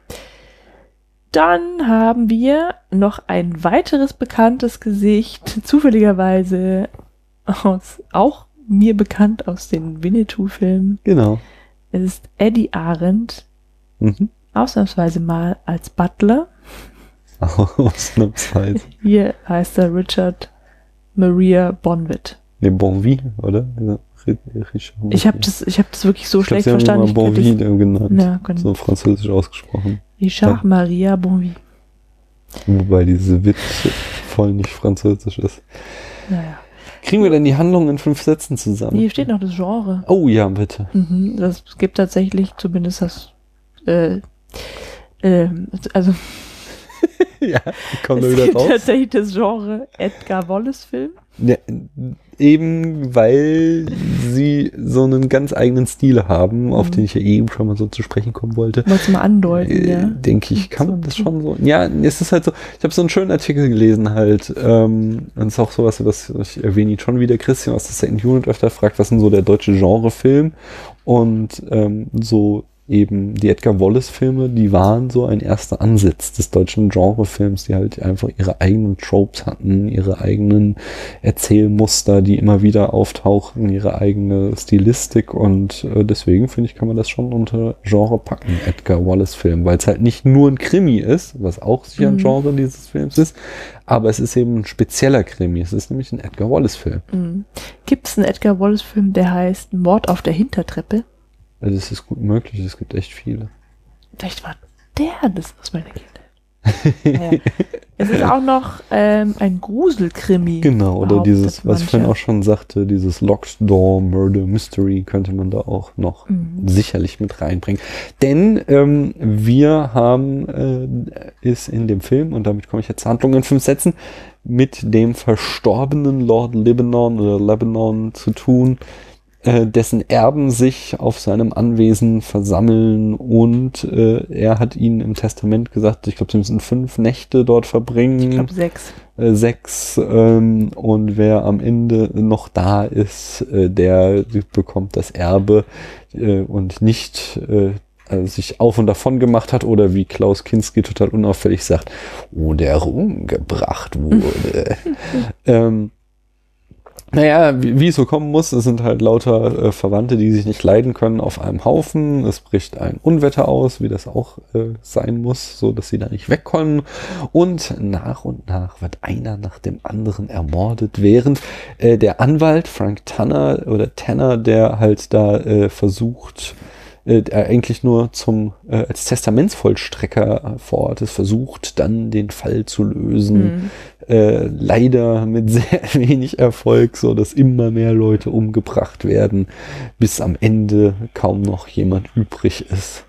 Dann haben wir noch ein weiteres bekanntes Gesicht, zufälligerweise aus, auch mir bekannt aus den Winnetou-Filmen. Genau. Es ist Eddie Arendt, Mhm. ausnahmsweise mal als Butler. Ausnahmsweise. Hier heißt er Richard Maria Bonwit. Ne, Bonvie, oder? Ja, Ri- Richard Ich habe Bonvie. das, ich hab das wirklich so Ich glaub, schlecht sie haben ihn verstanden. mal Ich Bonvie könnte dann genannt. es- ja, genau. So französisch ausgesprochen. Richard Maria Bonvit. Wobei diese Witz voll nicht französisch ist. Naja. Kriegen wir denn die Handlung in fünf Sätzen zusammen? Hier steht noch das Genre. Oh ja, bitte. Mhm, das es gibt tatsächlich zumindest das, äh, ähm, also Ja, kommt da es wieder gibt raus. tatsächlich das Genre Edgar Wallace Film. Ja, eben weil sie so einen ganz eigenen Stil haben, auf Mhm. den ich ja eben schon mal so zu sprechen kommen wollte. Wolltest du mal andeuten, Äh, ja. denke ich, kann So man ein das bisschen. schon so. Ja, es ist halt so, ich habe so einen schönen Artikel gelesen halt, ähm, und es ist auch sowas, was ich erwähne ihn schon wieder, Christian aus der Second Unit öfter fragt, was ist denn so der deutsche Genrefilm? Und ähm, so eben die Edgar Wallace-Filme, die waren so ein erster Ansatz des deutschen Genrefilms, die halt einfach ihre eigenen Tropes hatten, ihre eigenen Erzählmuster, die immer wieder auftauchen, ihre eigene Stilistik und äh, deswegen finde ich, kann man das schon unter Genre packen, Edgar Wallace-Film, weil es halt nicht nur ein Krimi ist, was auch sicher ein Mhm. Genre dieses Films ist, aber es ist eben ein spezieller Krimi, es ist nämlich ein Edgar Wallace-Film. Mhm. Gibt es einen Edgar Wallace Film, der heißt Mord auf der Hintertreppe? Also das ist gut möglich, es gibt echt viele. Vielleicht war der das aus meiner Kindheit. Naja. Es ist auch noch ähm, ein Gruselkrimi. Genau, oder dieses, was ich vorhin mancher. auch schon sagte, dieses Locked Door Murder Mystery könnte man da auch noch Mhm. sicherlich mit reinbringen. Denn ähm, wir haben äh, es in dem Film, und damit komme ich jetzt zur Handlung in fünf Sätzen, mit dem verstorbenen Lord Lebanon oder Lebanon zu tun, äh, dessen Erben sich auf seinem Anwesen versammeln und äh, er hat ihnen im Testament gesagt, ich glaube, sie müssen fünf Nächte dort verbringen. Ich glaube sechs. Äh, sechs ähm, und wer am Ende noch da ist, äh, der bekommt das Erbe äh, und nicht äh, äh, sich auf und davon gemacht hat oder wie Klaus Kinski total unauffällig sagt, oh, der umgebracht wurde. ähm, Naja, wie, wie es so kommen muss, es sind halt lauter äh, Verwandte, die sich nicht leiden können auf einem Haufen. Es bricht ein Unwetter aus, wie das auch äh, sein muss, so dass sie da nicht wegkommen. Und nach und nach wird einer nach dem anderen ermordet, während äh, der Anwalt Frank Tanner oder Tanner, der halt da äh, versucht, äh, der eigentlich nur zum äh, als Testamentsvollstrecker vor Ort ist, versucht dann den Fall zu lösen. Mhm. Äh, leider mit sehr wenig Erfolg, so dass immer mehr Leute umgebracht werden, bis am Ende kaum noch jemand übrig ist.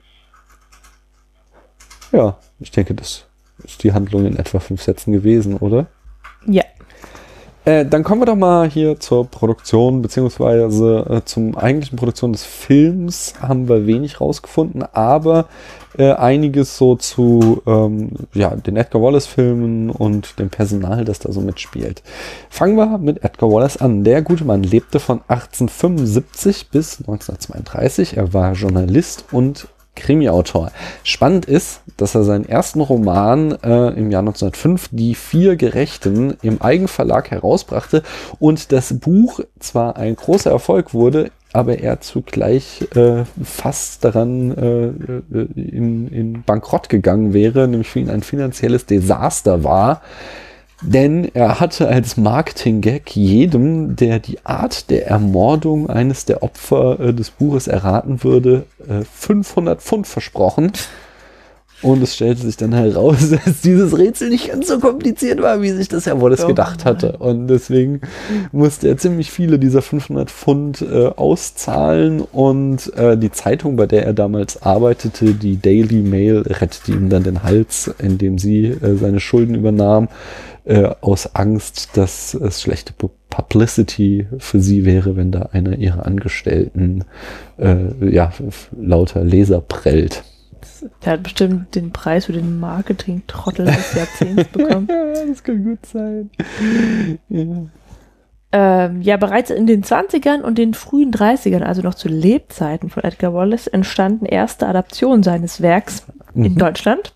Ja, ich denke, das ist die Handlung in etwa fünf Sätzen gewesen, oder? Ja. Äh, dann kommen wir doch mal hier zur Produktion, beziehungsweise äh, zum eigentlichen Produktion des Films haben wir wenig rausgefunden, aber äh, einiges so zu ähm, ja, den Edgar Wallace-Filmen und dem Personal, das da so mitspielt. Fangen wir mit Edgar Wallace an. Der gute Mann lebte von achtzehnhundertfünfundsiebzig bis neunzehnhundertzweiunddreißig. Er war Journalist und Krimi-Autor. Spannend ist, dass er seinen ersten Roman äh, im Jahr neunzehnhundertfünf, Die vier Gerechten, im Eigenverlag herausbrachte und das Buch zwar ein großer Erfolg wurde, aber er zugleich äh, fast daran äh, in, in Bankrott gegangen wäre, nämlich für ihn ein finanzielles Desaster war. Denn er hatte als Marketing-Gag jedem, der die Art der Ermordung eines der Opfer äh, des Buches erraten würde, äh, fünfhundert Pfund versprochen. Und es stellte sich dann heraus, dass dieses Rätsel nicht ganz so kompliziert war, wie sich das Herr Wallace Oh, gedacht hatte. Und deswegen musste er ziemlich viele dieser fünfhundert Pfund äh, auszahlen. Und äh, die Zeitung, bei der er damals arbeitete, die Daily Mail, rettete ihm dann den Hals, indem sie äh, seine Schulden übernahm, äh, aus Angst, dass es schlechte Publicity für sie wäre, wenn da einer ihrer Angestellten äh, ja, lauter Leser prellt. Der hat bestimmt den Preis für den Marketing-Trottel des Jahrzehnts bekommen. Ja, das kann gut sein. Ja. Ähm, ja, bereits in den zwanzigern und den frühen dreißigern, also noch zu Lebzeiten von Edgar Wallace, entstanden erste Adaptionen seines Werks in Mhm. Deutschland.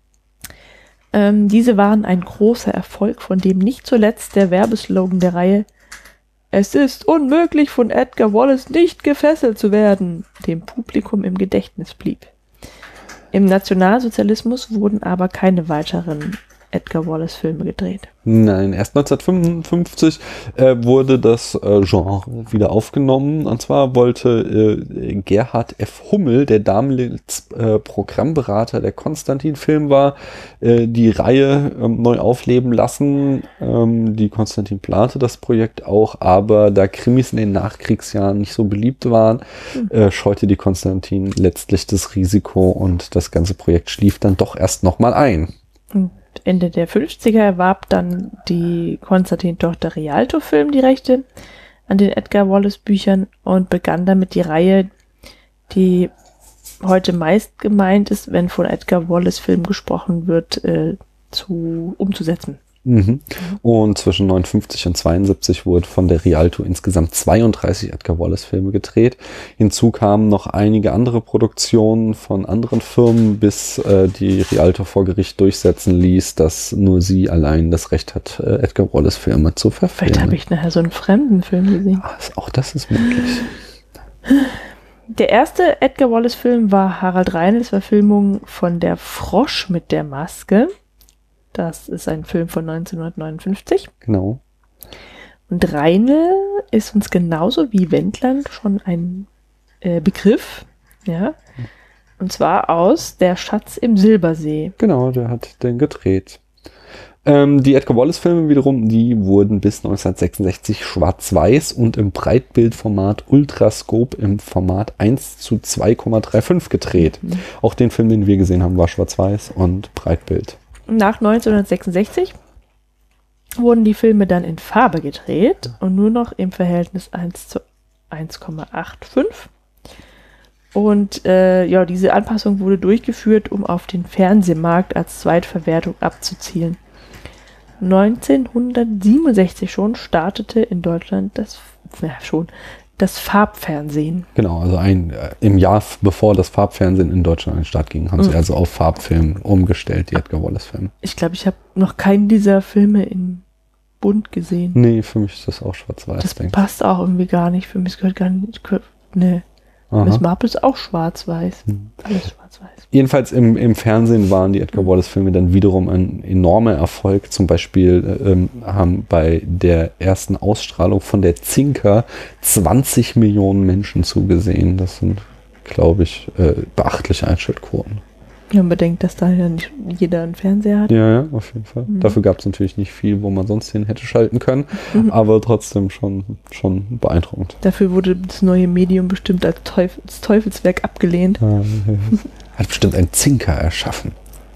Ähm, diese waren ein großer Erfolg, von dem nicht zuletzt der Werbeslogan der Reihe „Es ist unmöglich, von Edgar Wallace nicht gefesselt zu werden", dem Publikum im Gedächtnis blieb. Im Nationalsozialismus wurden aber keine weiteren Edgar Wallace-Filme gedreht. Nein, erst neunzehnhundertfünfundfünfzig äh, wurde das äh, Genre wieder aufgenommen. Und zwar wollte äh, Gerhard F. Hummel, der damals äh, Programmberater der Konstantin-Film war, äh, die Reihe ähm, neu aufleben lassen. Ähm, die Konstantin plante das Projekt auch, aber da Krimis in den Nachkriegsjahren nicht so beliebt waren, Mhm. äh, scheute die Konstantin letztlich das Risiko und das ganze Projekt schlief dann doch erst nochmal ein. Und Ende der fünfziger erwarb dann die Konstantin-Tochter Rialto Film die Rechte an den Edgar Wallace Büchern und begann damit die Reihe, die heute meist gemeint ist, wenn von Edgar Wallace Film gesprochen wird, äh, zu umzusetzen. Mhm. Und zwischen neunundfünfzig und zweiundsiebzig wurde von der Rialto insgesamt zweiunddreißig Edgar Wallace Filme gedreht. Hinzu kamen noch einige andere Produktionen von anderen Firmen, bis äh, die Rialto vor Gericht durchsetzen ließ, dass nur sie allein das Recht hat, äh, Edgar Wallace Filme zu verfilmen. Vielleicht habe ich nachher so einen fremden Film gesehen. Ah, auch das ist möglich. Der erste Edgar Wallace Film war Harald Reinls Verfilmung von Der Frosch mit der Maske. Das ist ein Film von neunzehnhundertneunundfünfzig. Genau. Und Reinl ist uns genauso wie Wendland schon ein äh, Begriff. Ja. Und zwar aus Der Schatz im Silbersee. Genau, der hat den gedreht. Ähm, die Edgar Wallace-Filme wiederum, die wurden bis neunzehnhundertsechsundsechzig schwarz-weiß und im Breitbildformat Ultrascope im Format eins zu zwei Komma fünfunddreißig gedreht. Mhm. Auch den Film, den wir gesehen haben, war schwarz-weiß und Breitbild. Nach neunzehnhundertsechsundsechzig wurden die Filme dann in Farbe gedreht und nur noch im Verhältnis eins zu eins Komma fünfundachtzig. Und äh, ja, diese Anpassung wurde durchgeführt, um auf den Fernsehmarkt als Zweitverwertung abzuzielen. neunzehnhundertsiebenundsechzig schon startete in Deutschland das, ja, schon, das Farbfernsehen. Genau, also ein, äh, im Jahr bevor das Farbfernsehen in Deutschland an den Start ging, haben mhm. sie also auf Farbfilm umgestellt, die Edgar Wallace-Filme. Ich glaube, ich habe noch keinen dieser Filme in bunt gesehen. Nee, für mich ist das auch schwarz-weiß. Das passt auch irgendwie gar nicht. Für mich das gehört gar nicht. Nee. Miss Marple ist auch schwarz-weiß. Hm. Alles schwarz-weiß. Jedenfalls im, im Fernsehen waren die Edgar Wallace-Filme dann wiederum ein enormer Erfolg. Zum Beispiel ähm, haben bei der ersten Ausstrahlung von der Zinker zwanzig Millionen Menschen zugesehen. Das sind, glaube ich, äh, beachtliche Einschaltquoten. Ja, man bedenkt, dass da ja nicht jeder einen Fernseher hat. Ja, ja, auf jeden Fall. Mhm. Dafür gab es natürlich nicht viel, wo man sonst hin hätte schalten können, mhm. aber trotzdem schon, schon beeindruckend. Dafür wurde das neue Medium bestimmt als, Teufel, als Teufelswerk abgelehnt. Ah, ja. Hat bestimmt ein Zinker erschaffen.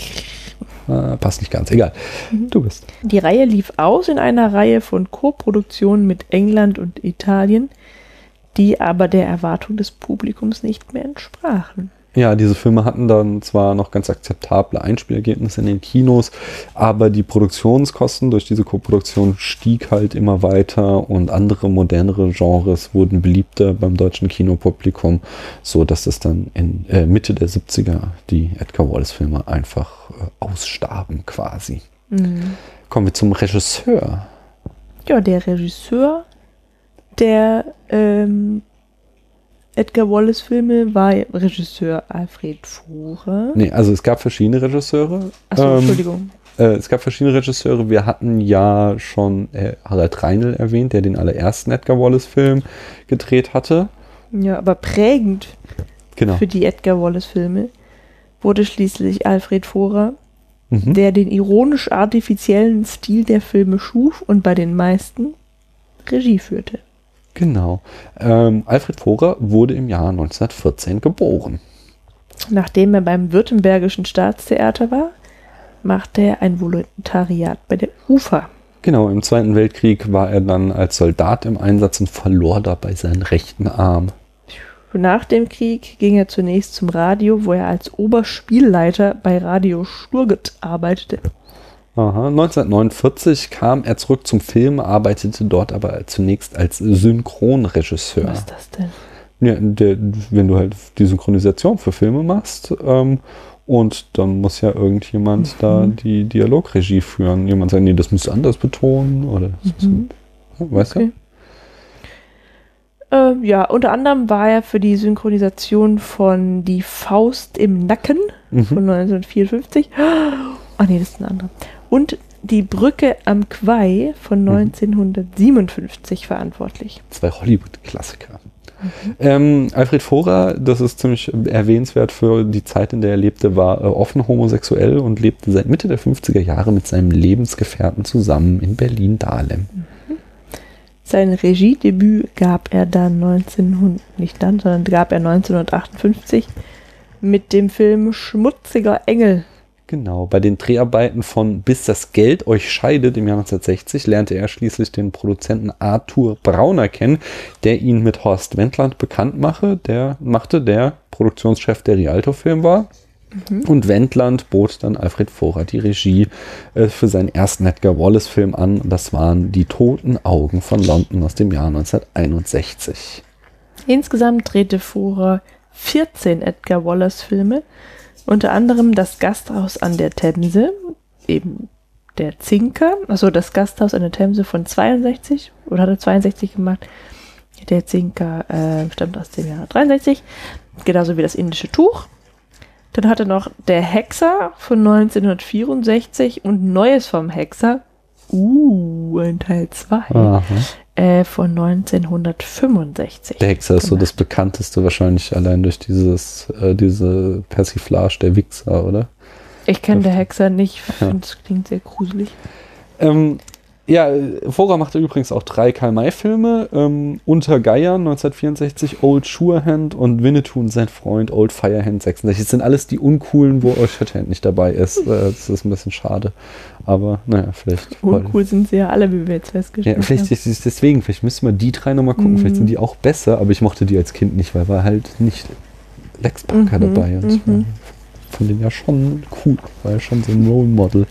Ah, passt nicht ganz, egal. Mhm. Du bist. Die Reihe lief aus in einer Reihe von Co-Produktionen mit England und Italien, die aber der Erwartung des Publikums nicht mehr entsprachen. Ja, diese Filme hatten dann zwar noch ganz akzeptable Einspielergebnisse in den Kinos, aber die Produktionskosten durch diese Koproduktion stieg halt immer weiter und andere modernere Genres wurden beliebter beim deutschen Kinopublikum, so dass es dann in äh, Mitte der siebziger die Edgar Wallace-Filme einfach äh, ausstarben quasi. Mhm. Kommen wir zum Regisseur. Ja, der Regisseur der ähm Edgar Wallace-Filme war Regisseur Alfred Vohra. Nee, also es gab verschiedene Regisseure. Achso, ähm, Entschuldigung. Äh, es gab verschiedene Regisseure. Wir hatten ja schon äh, Harald Reinl erwähnt, der den allerersten Edgar Wallace-Film gedreht hatte. Ja, aber prägend genau. für die Edgar Wallace-Filme wurde schließlich Alfred Vohra, mhm. der den ironisch-artifiziellen Stil der Filme schuf und bei den meisten Regie führte. Genau. Ähm, Alfred Vohra wurde im Jahr neunzehnhundertvierzehn geboren. Nachdem er beim Württembergischen Staatstheater war, machte er ein Volontariat bei der U F A. Genau, im Zweiten Weltkrieg war er dann als Soldat im Einsatz und verlor dabei seinen rechten Arm. Nach dem Krieg ging er zunächst zum Radio, wo er als Oberspielleiter bei Radio Sturget arbeitete. Aha. neunzehnhundertneunundvierzig kam er zurück zum Film, arbeitete dort aber zunächst als Synchronregisseur. Was ist das denn? Ja, der, wenn du halt die Synchronisation für Filme machst ähm, und dann muss ja irgendjemand mhm. da die Dialogregie führen. Jemand sagt, nee, das musst du anders betonen oder das mhm. muss, weißt okay. du? Äh, ja, unter anderem war er für die Synchronisation von Die Faust im Nacken mhm. von neunzehnhundertvierundfünfzig. Ach nee, das ist ein anderer. Und Die Brücke am Quai von neunzehnhundertsiebenundfünfzig verantwortlich. Zwei Hollywood-Klassiker. Mhm. Ähm, Alfred Vohra, das ist ziemlich erwähnenswert für die Zeit, in der er lebte, war äh, offen homosexuell und lebte seit Mitte der fünfziger Jahre mit seinem Lebensgefährten zusammen in Berlin-Dahlem. Mhm. Sein Regiedebüt gab er dann neunzehnhundert, nicht dann, sondern gab er neunzehnhundertachtundfünfzig mit dem Film Schmutziger Engel. Genau, bei den Dreharbeiten von Bis das Geld euch scheidet im Jahr neunzehnhundertsechzig lernte er schließlich den Produzenten Arthur Brauner kennen, der ihn mit Horst Wendland bekannt mache, der machte, der Produktionschef der Rialto-Film war. Mhm. Und Wendland bot dann Alfred Vohra die Regie äh, für seinen ersten Edgar Wallace-Film an. Das waren Die toten Augen von London aus dem Jahr neunzehnhunderteinundsechzig. Insgesamt drehte Vohra vierzehn Edgar Wallace-Filme, unter anderem Das Gasthaus an der Themse, eben der Zinker, also das Gasthaus an der Themse von zweiundsechzig, oder hat er zweiundsechzig gemacht? Der Zinker äh, stammt aus dem Jahr dreiundsechzig, genauso wie Das indische Tuch. Dann hat er noch Der Hexer von neunzehnhundertvierundsechzig und Neues vom Hexer, uh, ein Teil zwei, Äh, von neunzehnhundertfünfundsechzig. Der Hexer ist so gemacht. das bekannteste wahrscheinlich allein durch dieses, äh, diese Persiflage der Wichser, oder? Ich kenne der Hexer nicht, Ja. finde es klingt sehr gruselig. Ähm, ja, Vorer machte übrigens auch drei Karl-May-Filme. Ähm, Unter Geiern neunzehnhundertvierundsechzig, Old Surehand und Winnetou und sein Freund Old Firehand sechsundsechzig. Das sind alles die uncoolen, wo Old Shatterhand nicht dabei ist. Äh, das ist ein bisschen schade. Aber naja, vielleicht. Uncool sind sie ja alle, wie wir jetzt Ja, festgestellt vielleicht haben. ist es deswegen, vielleicht müssen wir die drei nochmal gucken. Mhm. Vielleicht sind die auch besser, aber ich mochte die als Kind nicht, weil war halt nicht Lex Barker Mhm, dabei. Und ich war mhm. von denen ja schon cool, war ja schon so ein Role Model.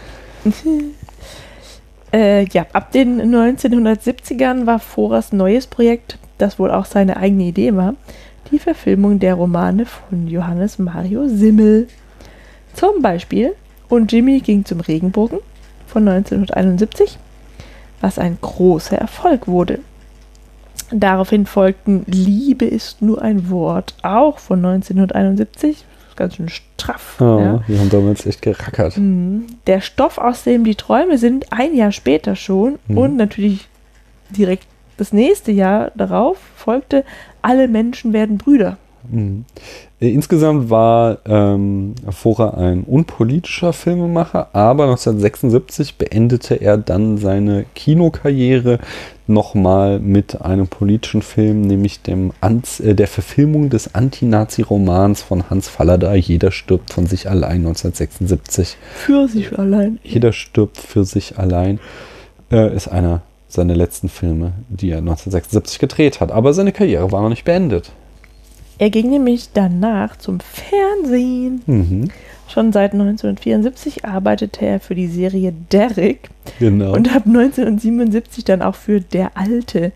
Äh, ja, ab den neunzehnhundertsiebzigern war Vorers neues Projekt, das wohl auch seine eigene Idee war, die Verfilmung der Romane von Johannes Mario Simmel. Zum Beispiel Und Jimmy ging zum Regenbogen von neunzehnhunderteinundsiebzig, was ein großer Erfolg wurde. Daraufhin folgten Liebe ist nur ein Wort, auch von neunzehnhunderteinundsiebzig, ganz schön straff. Oh, Ja. die haben damals echt gerackert. Mhm. Der Stoff, aus dem die Träume sind, ein Jahr später schon Mhm. und natürlich direkt das nächste Jahr darauf folgte Alle Menschen werden Brüder. Mhm. Äh, Insgesamt war ähm, Vorer ein unpolitischer Filmemacher, aber neunzehnhundertsechsundsiebzig beendete er dann seine Kinokarriere nochmal mit einem politischen Film, nämlich dem Anz äh, der Verfilmung des Anti-Nazi-Romans von Hans Fallada, Jeder stirbt von sich allein, neunzehnhundertsechsundsiebzig. Für sich allein. Jeder stirbt für sich allein, äh, ist einer seiner letzten Filme, die er neunzehnhundertsechsundsiebzig gedreht hat. Aber seine Karriere war noch nicht beendet. Er ging nämlich danach zum Fernsehen. Mhm. Schon seit neunzehnhundertvierundsiebzig arbeitete er für die Serie Derrick Genau. und ab neunzehnhundertsiebenundsiebzig dann auch für Der Alte.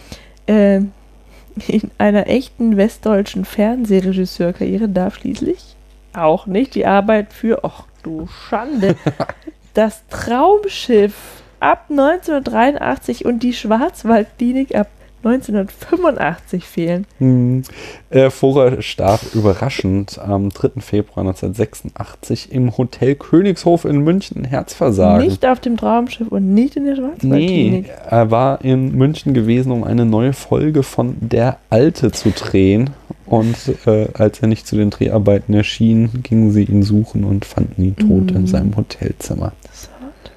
Äh, in einer echten westdeutschen Fernsehregisseurkarriere darf schließlich auch nicht die Arbeit für, ach du Schande, das Traumschiff ab neunzehnhundertdreiundachtzig und die Schwarzwaldklinik ab neunzehnhundertfünfundachtzig fehlen. Hm. Äh, Vorer starb überraschend am dritten Februar neunzehnhundertsechsundachtzig im Hotel Königshof in München, Herzversagen. Nicht auf dem Traumschiff und nicht in der Nee, Schwarzwaldklinik. er war in München gewesen, um eine neue Folge von Der Alte zu drehen. Und äh, als er nicht zu den Dreharbeiten erschien, gingen sie ihn suchen und fanden ihn tot Mhm. in seinem Hotelzimmer. Das ist hart.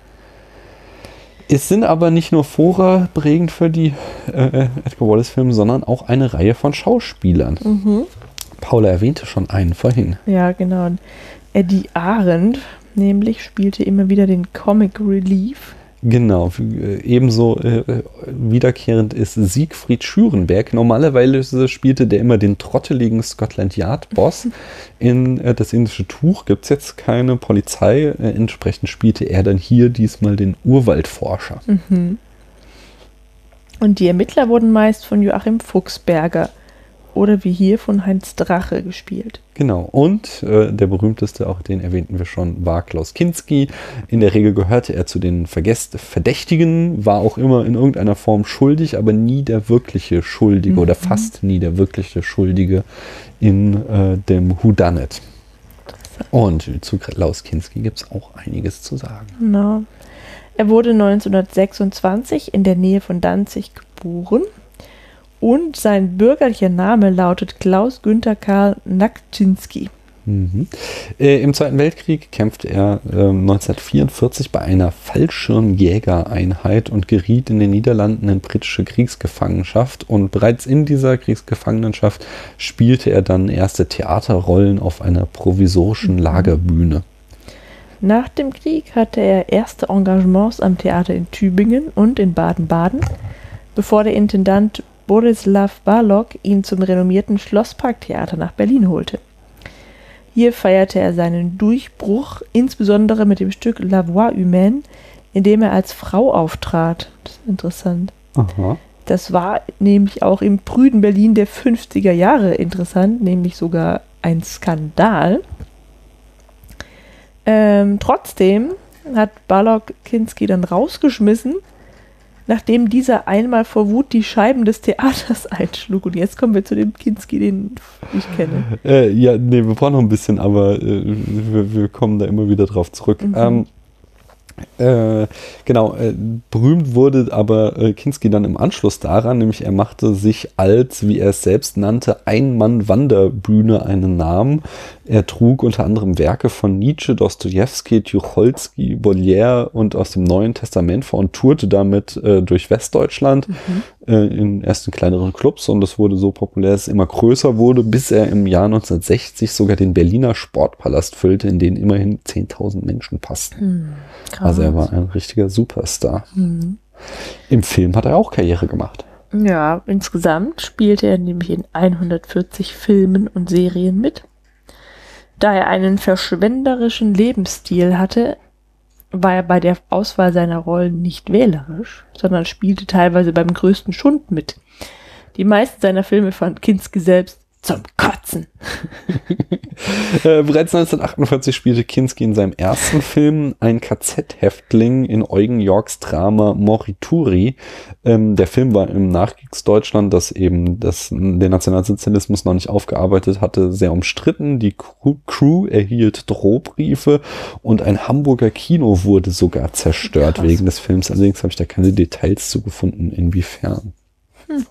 Es sind aber nicht nur Vorer prägend für die äh, Edgar Wallace-Filme, sondern auch eine Reihe von Schauspielern. Mhm. Paula erwähnte schon einen vorhin. Ja, genau. Und Eddie Arendt nämlich spielte immer wieder den Comic Relief. Genau, äh, ebenso äh, wiederkehrend ist Siegfried Schürenberg. Normalerweise spielte der immer den trotteligen Scotland Yard-Boss. In äh, Das indische Tuch gibt es jetzt keine Polizei. Äh, entsprechend spielte er dann hier diesmal den Urwaldforscher. Mhm. Und die Ermittler wurden meist von Joachim Fuchsberger oder wie hier von Heinz Drache gespielt. Genau, und äh, der berühmteste, auch den erwähnten wir schon, war Klaus Kinski. In der Regel gehörte er zu den Vergesst Verdächtigen, war auch immer in irgendeiner Form schuldig, aber nie der wirkliche Schuldige Mhm. oder fast nie der wirkliche Schuldige in äh, dem Whodunit. Und zu Klaus Kinski gibt es auch einiges zu sagen. Genau. Er wurde neunzehnhundertsechsundzwanzig in der Nähe von Danzig geboren und sein bürgerlicher Name lautet Klaus Günther Karl Nakczynski. Mhm. Äh, Im Zweiten Weltkrieg kämpfte er äh, neunzehnhundertvierundvierzig bei einer Fallschirmjägereinheit und geriet in den Niederlanden in britische Kriegsgefangenschaft. Und bereits in dieser Kriegsgefangenschaft spielte er dann erste Theaterrollen auf einer provisorischen Lagerbühne. Nach dem Krieg hatte er erste Engagements am Theater in Tübingen und in Baden-Baden, bevor der Intendant Borislav Balog ihn zum renommierten Schlossparktheater nach Berlin holte. Hier feierte er seinen Durchbruch, insbesondere mit dem Stück La Voix Humaine, in dem er als Frau auftrat. Das ist interessant. Aha. Das war nämlich auch im prüden Berlin der fünfziger Jahre interessant, nämlich sogar ein Skandal. Ähm, trotzdem hat Balog Kinski dann rausgeschmissen, nachdem dieser einmal vor Wut die Scheiben des Theaters einschlug. Und jetzt kommen wir zu dem Kinski, den ich kenne. Äh, ja, nee, wir brauchen noch ein bisschen, aber äh, wir, wir kommen da immer wieder drauf zurück. Mhm. Ähm, Äh, genau, äh, berühmt wurde aber äh, Kinski dann im Anschluss daran, nämlich er machte sich als, wie er es selbst nannte, Ein-Mann-Wanderbühne einen Namen. Er trug unter anderem Werke von Nietzsche, Dostojewski, Tucholsky, Molière und aus dem Neuen Testament vor und tourte damit äh, durch Westdeutschland, mhm. äh, in erst in kleineren Clubs, und das wurde so populär, dass es immer größer wurde, bis er im Jahr neunzehnhundertsechzig sogar den Berliner Sportpalast füllte, in den immerhin zehntausend Menschen passten. Mhm. Also er war ein richtiger Superstar. Mhm. Im Film hat er auch Karriere gemacht. Ja, insgesamt spielte er nämlich in hundertvierzig Filmen und Serien mit. Da er einen verschwenderischen Lebensstil hatte, war er bei der Auswahl seiner Rollen nicht wählerisch, sondern spielte teilweise beim größten Schund mit. Die meisten seiner Filme fand Kinski selbst zum Kotzen. äh, bereits neunzehnhundertachtundvierzig spielte Kinski in seinem ersten Film einen K Z-Häftling in Eugen Yorks Drama Morituri. Ähm, der Film war im Nachkriegsdeutschland, das eben das, den Nationalsozialismus noch nicht aufgearbeitet hatte, sehr umstritten. Die Crew erhielt Drohbriefe und ein Hamburger Kino wurde sogar zerstört. Krass. Wegen des Films. Allerdings habe ich da keine Details zu gefunden, inwiefern. Hm.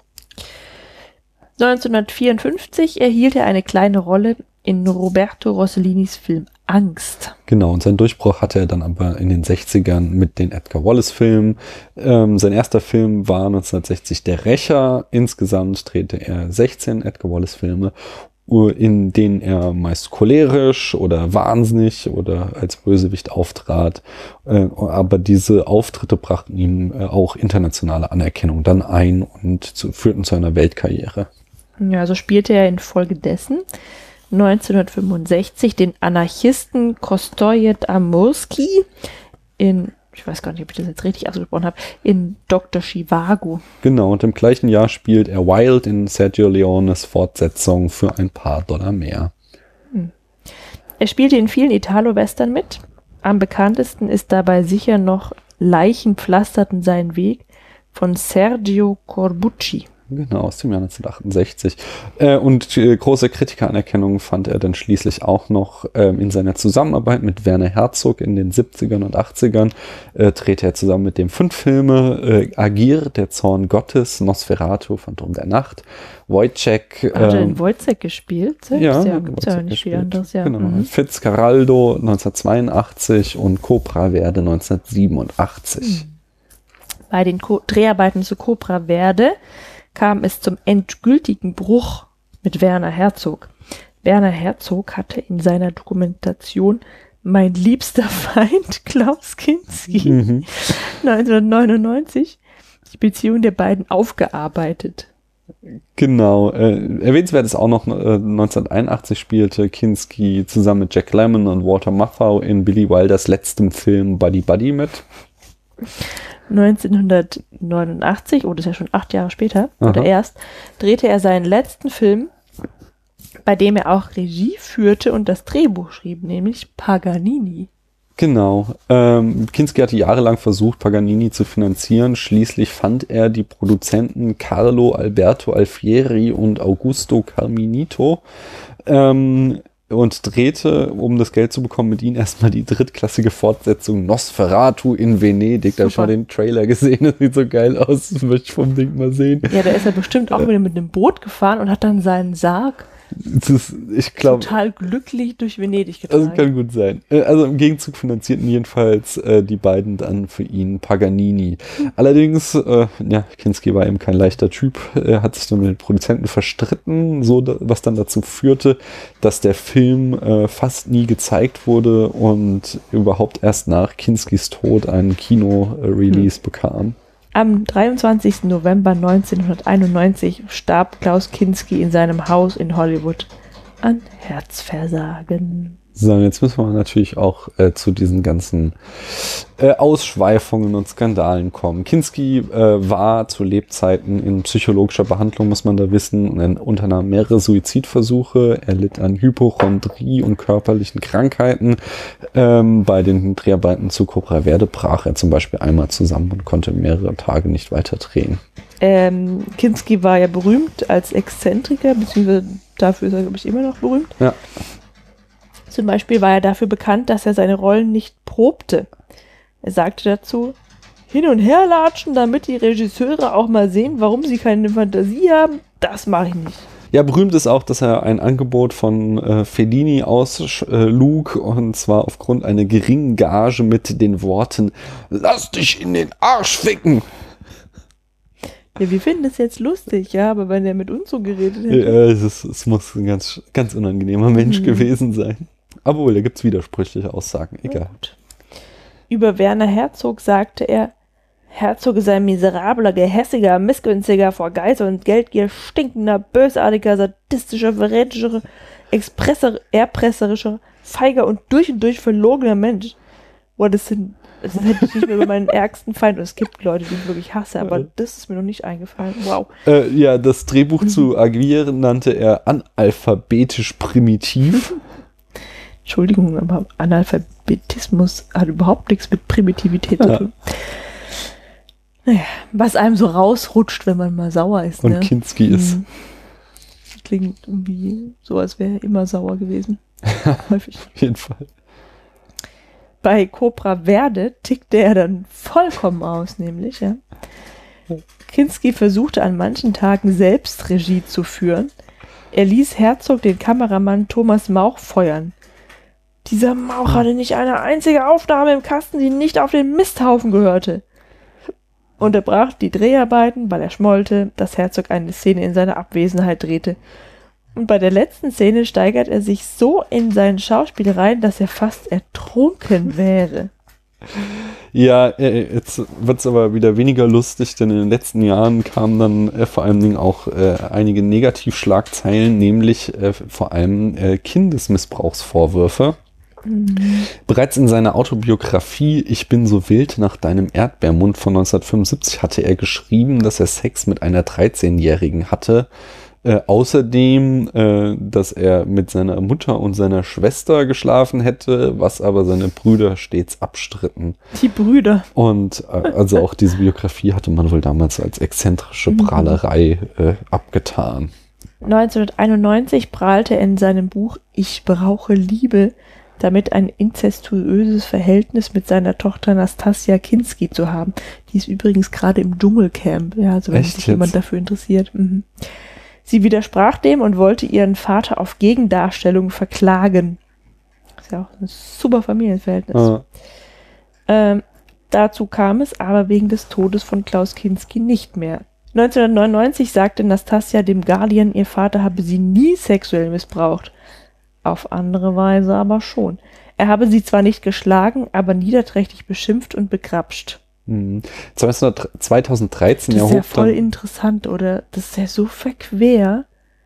neunzehnhundertvierundfünfzig erhielt er eine kleine Rolle in Roberto Rossellinis Film Angst. Genau, und seinen Durchbruch hatte er dann aber in den sechzigern mit den Edgar Wallace-Filmen. Ähm, sein erster Film war neunzehnhundertsechzig Der Rächer. Insgesamt drehte er sechzehn Edgar Wallace-Filme, in denen er meist cholerisch oder wahnsinnig oder als Bösewicht auftrat. Äh, aber diese Auftritte brachten ihm äh, auch internationale Anerkennung dann ein und zu, führten zu einer Weltkarriere. Ja, so spielte er infolgedessen neunzehnhundertfünfundsechzig den Anarchisten Kostojet Amurski in, ich weiß gar nicht, ob ich das jetzt richtig ausgesprochen habe, in Doktor Zhivago. Genau, und im gleichen Jahr spielt er Wild in Sergio Leones Fortsetzung für ein paar Dollar mehr. Hm. Er spielte in vielen Italo-Western mit. Am bekanntesten ist dabei sicher noch Leichen pflasterten seinen Weg von Sergio Corbucci. Genau, aus dem Jahr neunzehnhundertachtundsechzig. Äh, und äh, große Kritikanerkennung fand er dann schließlich auch noch ähm, in seiner Zusammenarbeit mit Werner Herzog in den siebzigern und achtzigern. Äh, drehte er zusammen mit dem fünf Filme äh, Agir, Der Zorn Gottes, Nosferatu, Phantom der Nacht, Wojciech. Hat er den Wojciech gespielt? Selbst? Ja, ja gibt es ja nicht viel anderes. Ja. Genau. Mhm. Fitzcarraldo neunzehnhundertzweiundachtzig und Cobra Verde neunzehnhundertsiebenundachtzig. Mhm. Bei den Co- Dreharbeiten zu Cobra Verde kam es zum endgültigen Bruch mit Werner Herzog. Werner Herzog hatte in seiner Dokumentation Mein liebster Feind, Klaus Kinski, mhm. neunzehnhundertneunundneunzig die Beziehung der beiden aufgearbeitet. Genau. Äh, erwähnenswert ist auch noch, äh, neunzehnhunderteinundachtzig spielte Kinski zusammen mit Jack Lemmon und Walter Matthau in Billy Wilders letztem Film Buddy Buddy mit. neunzehnhundertneunundachtzig, oh, das ist ja schon acht Jahre später, Aha. oder erst, drehte er seinen letzten Film, bei dem er auch Regie führte und das Drehbuch schrieb, nämlich Paganini. Genau. Ähm, Kinski hatte jahrelang versucht, Paganini zu finanzieren. Schließlich fand er die Produzenten Carlo Alberto Alfieri und Augusto Carminito. Ähm, und drehte, um das Geld zu bekommen, mit ihnen erstmal die drittklassige Fortsetzung Nosferatu in Venedig. Da habe ich mal den Trailer gesehen, das sieht so geil aus, das möchte ich vom Ding mal sehen. Ja, da ist er bestimmt auch wieder mit einem Boot gefahren und hat dann seinen Sarg das ist, ich glaub, total glücklich durch Venedig getragen. Das kann gut sein. Also im Gegenzug finanzierten jedenfalls äh, die beiden dann für ihn Paganini. Mhm. Allerdings, äh, ja, Kinski war eben kein leichter Typ. Er hat sich dann mit den Produzenten verstritten, so da, was dann dazu führte, dass der Film äh, fast nie gezeigt wurde und überhaupt erst nach Kinskis Tod einen Kino-Release mhm. bekam. Am dreiundzwanzigsten November neunzehnhunderteinundneunzig starb Klaus Kinski in seinem Haus in Hollywood an Herzversagen. So, jetzt müssen wir natürlich auch äh, zu diesen ganzen äh, Ausschweifungen und Skandalen kommen. Kinski äh, war zu Lebzeiten in psychologischer Behandlung, muss man da wissen, und er unternahm mehrere Suizidversuche. Er litt an Hypochondrie und körperlichen Krankheiten. Ähm, bei den Dreharbeiten zu Cobra Verde brach er zum Beispiel einmal zusammen und konnte mehrere Tage nicht weiter drehen. Ähm, Kinski war ja berühmt als Exzentriker, beziehungsweise dafür ist er, glaube ich, immer noch berühmt. Ja. Zum Beispiel war er dafür bekannt, dass er seine Rollen nicht probte. Er sagte dazu, hin und her latschen, damit die Regisseure auch mal sehen, warum sie keine Fantasie haben, das mache ich nicht. Ja, berühmt ist auch, dass er ein Angebot von äh, Fellini auslug, und zwar aufgrund einer geringen Gage mit den Worten, lass dich in den Arsch ficken. Ja, wir finden das jetzt lustig, ja, aber wenn er mit uns so geredet hätte. Ja, es, ist, es muss ein ganz, ganz unangenehmer Mensch Mhm. gewesen sein. Aber wohl, da gibt es widersprüchliche Aussagen, Na egal. gut. Über Werner Herzog sagte er, Herzog ist ein miserabler, gehässiger, missgünstiger, vor Geiz und Geldgier stinkender, bösartiger, sadistischer, verräterischer, expresser, erpresserischer, feiger und durch und durch verlogener Mensch. Boah, das sind, das hätte ich nicht mehr über meinen ärgsten Feind. Und es gibt Leute, die ich wirklich hasse, aber das ist mir noch nicht eingefallen. Wow. Äh, ja, das Drehbuch zu Aguirre nannte er analphabetisch primitiv. Entschuldigung, aber Analphabetismus hat überhaupt nichts mit Primitivität Ja. zu tun. Naja, was einem so rausrutscht, wenn man mal sauer ist. Und ne? Kinski ist. Hm. Klingt irgendwie so, als wäre er immer sauer gewesen. Häufig. Auf jeden Fall. Bei Cobra Verde tickte er dann vollkommen aus, nämlich, ja. Kinski versuchte an manchen Tagen selbst Regie zu führen. Er ließ Herzog den Kameramann Thomas Mauch feuern. Dieser Mauch hatte nicht eine einzige Aufnahme im Kasten, die nicht auf den Misthaufen gehörte. Unterbrach die Dreharbeiten, weil er schmollte, dass Herzog eine Szene in seiner Abwesenheit drehte. Und bei der letzten Szene steigert er sich so in sein Schauspiel rein, dass er fast ertrunken wäre. Ja, äh, jetzt wird es aber wieder weniger lustig, denn in den letzten Jahren kamen dann äh, vor allen Dingen auch äh, einige Negativschlagzeilen, nämlich äh, vor allem äh, Kindesmissbrauchsvorwürfe. Mhm. Bereits in seiner Autobiografie Ich bin so wild nach deinem Erdbeermund von neunzehnhundertfünfundsiebzig hatte er geschrieben, dass er Sex mit einer dreizehnjährigen hatte. Äh, außerdem, äh, dass er mit seiner Mutter und seiner Schwester geschlafen hätte, was aber seine Brüder stets abstritten. Die Brüder. Und äh, also auch diese Biografie hatte man wohl damals als exzentrische Mhm. Prahlerei äh, abgetan. neunzehnhunderteinundneunzig prahlte er in seinem Buch Ich brauche Liebe damit, ein inzestuöses Verhältnis mit seiner Tochter Nastassja Kinski zu haben. Die ist übrigens gerade im Dschungelcamp, ja, also wenn Echt sich jemand jetzt? dafür interessiert. Mhm. Sie widersprach dem und wollte ihren Vater auf Gegendarstellung verklagen. Ist ja auch ein super Familienverhältnis. Äh, Ähm, dazu kam es aber wegen des Todes von Klaus Kinski nicht mehr. neunzehnhundertneunundneunzig sagte Nastassja dem Guardian, ihr Vater habe sie nie sexuell missbraucht. Auf andere Weise aber schon. Er habe sie zwar nicht geschlagen, aber niederträchtig beschimpft und begrapscht. mh. zweitausenddreizehn Das ist ja erhob voll dann, interessant, oder? Das ist ja so verquer.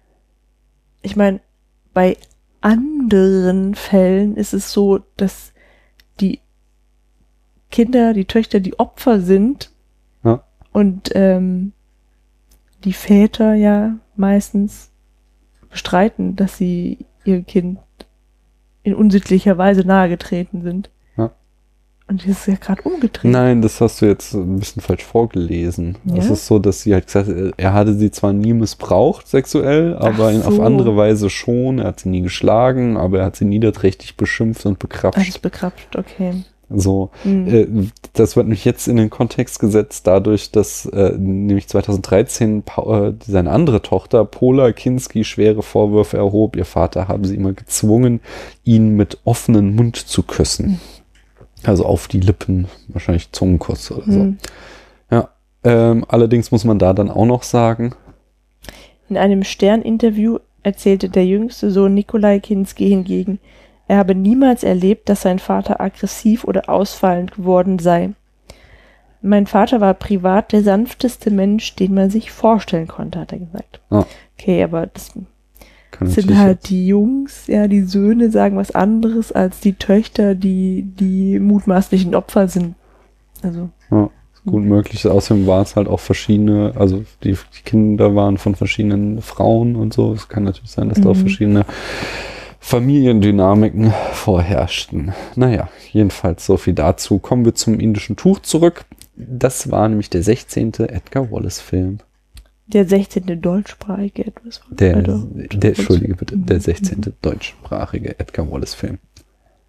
Ich meine, bei anderen Fällen ist es so, dass die Kinder, die Töchter, die Opfer sind Ja. und ähm, die Väter ja meistens bestreiten, dass sie ihr Kind in unsittlicher Weise nahegetreten sind. Ja. Und das ist ja gerade umgedreht. Nein, das hast du jetzt ein bisschen falsch vorgelesen. Ja? Es ist so, dass sie halt gesagt hat, er hatte sie zwar nie missbraucht sexuell, aber Ach in, auf so. andere Weise schon. Er hat sie nie geschlagen, aber er hat sie niederträchtig beschimpft und begrapscht. Alles begrapscht, okay. So, Hm. äh, das wird nämlich jetzt in den Kontext gesetzt, dadurch, dass äh, nämlich zweitausenddreizehn pa äh, seine andere Tochter, Pola Kinski, schwere Vorwürfe erhob. Ihr Vater habe sie immer gezwungen, ihn mit offenem Mund zu küssen. Also auf die Lippen, wahrscheinlich Zungenkuss oder so. Hm. Ja, ähm, allerdings muss man da dann auch noch sagen, In einem Stern-Interview erzählte der jüngste Sohn Nikolai Kinski hingegen, er habe niemals erlebt, dass sein Vater aggressiv oder ausfallend geworden sei. Mein Vater war privat der sanfteste Mensch, den man sich vorstellen konnte, hat er gesagt. Ah. Okay, aber das kann sind natürlich halt die Jungs, ja, die Söhne sagen was anderes als die Töchter, die die mutmaßlichen Opfer sind. Also, ja, ist gut möglich. Außerdem waren es halt auch verschiedene, also die, die Kinder waren von verschiedenen Frauen und so. Es kann natürlich sein, dass da auch Mhm. verschiedene Familiendynamiken vorherrschten. Naja, jedenfalls so viel dazu. Kommen wir zum indischen Tuch zurück. Das war nämlich der sechzehnte Edgar Wallace-Film. der sechzehnte deutschsprachige etwas. Der, Oder- der, Entschuldige bitte, der sechzehnte deutschsprachige Edgar Wallace-Film.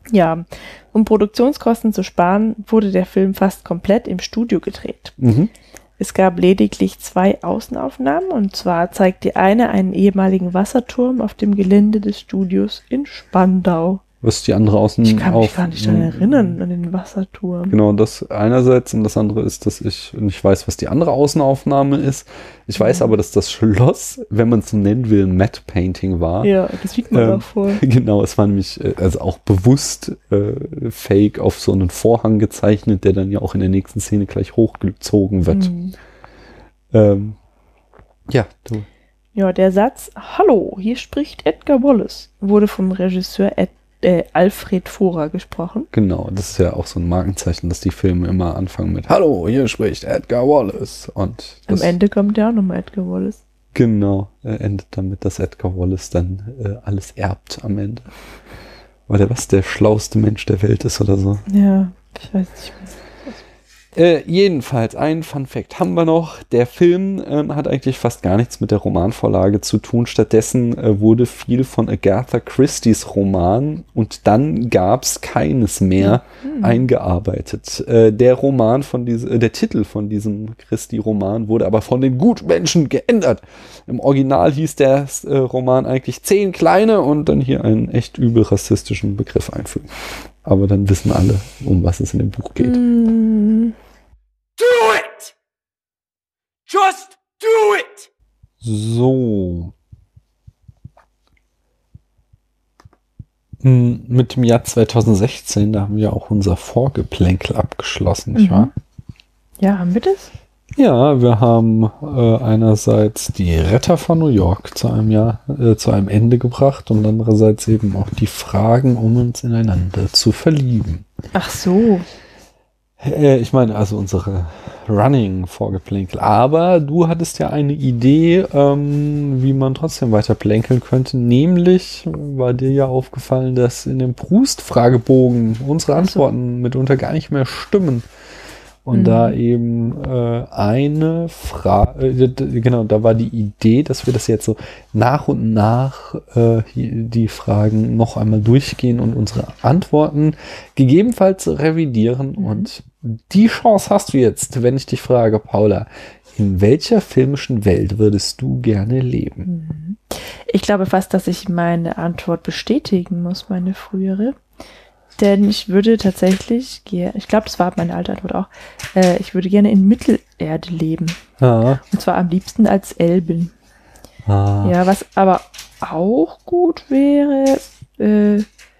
Ja, um Produktionskosten zu sparen, wurde der Film fast komplett im Studio gedreht. Mhm. Es gab lediglich zwei Außenaufnahmen, und zwar zeigt die eine einen ehemaligen Wasserturm auf dem Gelände des Studios in Spandau. Was die andere außen Ich kann mich auf, gar nicht daran erinnern, an den Wasserturm. Genau, das einerseits, und das andere ist, dass ich nicht weiß, was die andere Außenaufnahme ist. Ich weiß aber, dass das Schloss, wenn man es so nennen will, Matte Painting war. Ja, das sieht man Ähm, auch voll. Genau, es war nämlich äh, also auch bewusst äh, fake auf so einen Vorhang gezeichnet, der dann ja auch in der nächsten Szene gleich hochgezogen wird. Mhm. Ähm, ja, du. Ja, der Satz, hallo, hier spricht Edgar Wallace, wurde vom Regisseur Ed, äh, Alfred Vohra gesprochen. Genau, das ist ja auch so ein Markenzeichen, dass die Filme immer anfangen mit Hallo, hier spricht Edgar Wallace. Und Am das, Ende kommt ja auch nochmal Edgar Wallace. genau, äh, endet damit, dass Edgar Wallace dann äh, alles erbt am Ende. Weil er was der schlauste Mensch der Welt ist oder so. Ja, ich weiß nicht mehr. Äh, jedenfalls, ein Fun Fact haben wir noch. Der Film ähm, hat eigentlich fast gar nichts mit der Romanvorlage zu tun. Stattdessen äh, wurde viel von Agatha Christie's Roman und dann gab's keines mehr Mhm. eingearbeitet. Äh, der Roman von diesem, äh, der Titel von diesem Christie-Roman wurde aber von den Gutmenschen geändert. Im Original hieß der äh, Roman eigentlich Zehn Kleine und dann hier einen echt übel rassistischen Begriff einfügen. Aber dann wissen alle, um was es in dem Buch geht. Mhm. Do it! Just do it! So. Hm, Mit dem Jahr zweitausendsechzehn, da haben wir auch unser Vorgeplänkel abgeschlossen, nicht Mhm. wahr? Ja, haben wir das? Ja, wir haben äh, einerseits die Retter von New York zu einem Jahr, äh, zu einem Ende gebracht und andererseits eben auch die Fragen, um uns ineinander zu verlieben. Ach so. Äh, ich meine, also unsere Running-Vorgeplänkel. Aber du hattest ja eine Idee, ähm, wie man trotzdem weiter plänkeln könnte. Nämlich war dir ja aufgefallen, dass in dem Proust-Fragebogen unsere Ach so. Antworten mitunter gar nicht mehr stimmen. Und Mhm. da eben äh, eine Frage, äh, d- genau, da war die Idee, dass wir das jetzt so nach und nach äh, hier die Fragen noch einmal durchgehen und unsere Antworten gegebenenfalls revidieren. Mhm. Und die Chance hast du jetzt, wenn ich dich frage, Paula, in welcher filmischen Welt würdest du gerne leben? Ich glaube fast, dass ich meine Antwort bestätigen muss, meine frühere. Denn ich würde tatsächlich, ge- ich glaube, das war meine alte Antwort auch, äh, ich würde gerne in Mittelerde leben. Ah, Und zwar am liebsten als Elbin. ah, Ja, was aber auch gut wäre, äh,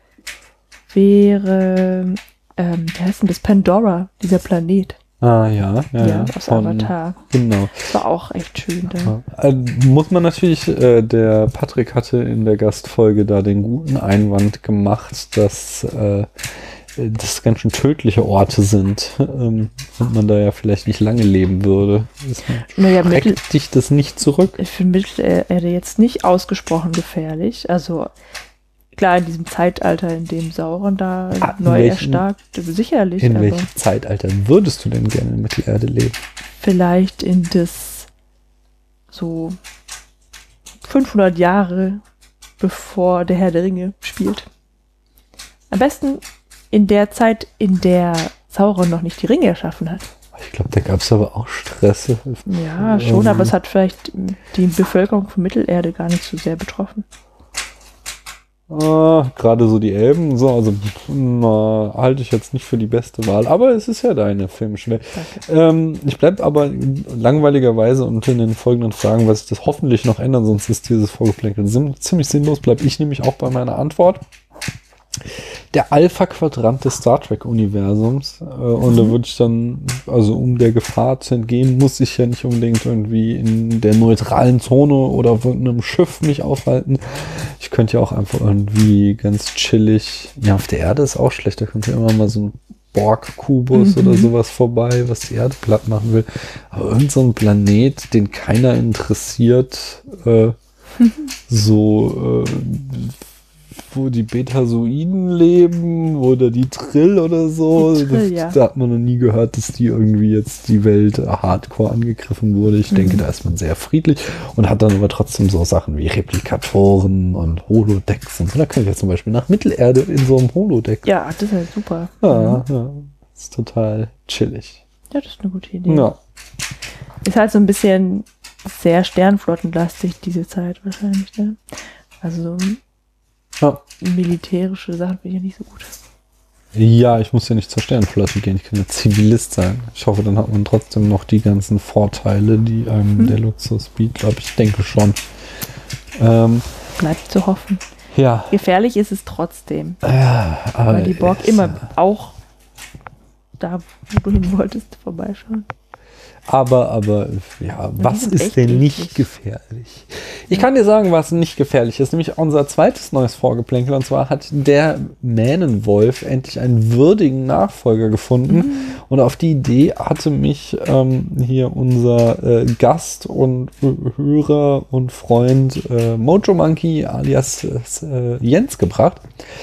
wäre, ähm, wie heißt denn das? Pandora, dieser Planet. ah ja, ja, Ja, ja, aus Avatar. Genau. Das war auch echt schön da. Äh, muss man natürlich, äh, der Patrick hatte in der Gastfolge da den guten Einwand gemacht, dass äh, das ganz schön tödliche Orte sind ähm, und man da ja vielleicht nicht lange leben würde. Ist, Naja, schreckt Mittel- dich das nicht zurück? Ich finde Mittelerde jetzt nicht ausgesprochen gefährlich. Also klar, in diesem Zeitalter, in dem Sauron da Ah, in neu welchem- erstarkt, sicherlich, In aber welchem Zeitalter würdest du denn gerne in Mittelerde leben? vielleicht in das so fünfhundert Jahre bevor der Herr der Ringe spielt. Am besten in der Zeit, in der Sauron noch nicht die Ringe erschaffen hat. Ich glaube, da gab es aber auch Stress. Ja, schon, Ähm, aber es hat vielleicht die Bevölkerung von Mittelerde gar nicht so sehr betroffen. Ah, gerade so die Elben, so, also na, halte ich jetzt nicht für die beste Wahl, aber es ist ja deine filmische Welt. Danke. Ähm, ich bleibe aber langweiligerweise und in den folgenden Fragen, was ich das hoffentlich noch ändern, sonst ist dieses Vorgeplänkel sim- ziemlich sinnlos, bleibe ich nämlich auch bei meiner Antwort. Der Alpha-Quadrant des Star Trek-Universums. Äh, und da würde ich dann, also um der Gefahr zu entgehen, muss ich ja nicht unbedingt irgendwie in der neutralen Zone oder auf irgendeinem Schiff mich aufhalten. Ich könnte ja auch einfach irgendwie ganz chillig, ja, auf der Erde ist auch schlecht, da könnte immer mal so ein Borg-Kubus Mhm. oder sowas vorbei, was die Erde platt machen will. Aber irgend so ein Planet, den keiner interessiert, äh, so äh, wo die Betasoiden leben oder die Trill oder so. Die Trill, das, ja. Da hat man noch nie gehört, dass die irgendwie jetzt die Welt hardcore angegriffen wurde. Ich mhm. denke, da ist man sehr friedlich und hat dann aber trotzdem so Sachen wie Replikatoren und Holodecks und so. Da können wir zum Beispiel nach Mittelerde in so einem Holodeck. Ja, das ist halt super. Ja, mhm. ja, das ist total chillig. Ja, das ist eine gute Idee. Ja. Ist halt so ein bisschen sehr sternflottenlastig, diese Zeit wahrscheinlich, ne? Also so ja. militärische Sachen finde ich ja nicht so gut. Ja, ich muss ja nicht zur Sternenflotte gehen, ich kann ja Zivilist sein. Ich hoffe, dann hat man trotzdem noch die ganzen Vorteile, die einem hm. der Luxus bietet, aber ich denke schon. Ähm, Bleibt zu hoffen. Ja. Gefährlich ist es trotzdem. Ja, aber weil die Borg immer auch da, wo du hin wolltest, vorbeischauen. Aber, aber, ja, Und was ist denn nicht eklig. gefährlich? Ich kann dir sagen, was nicht gefährlich ist, nämlich unser zweites neues Vorgeplänkel. Und zwar hat der Mähnenwolf endlich einen würdigen Nachfolger gefunden. Mhm. Und auf die Idee hatte mich ähm, hier unser äh, Gast und Hörer und Freund äh, Mojo Monkey alias äh, Jens gebracht,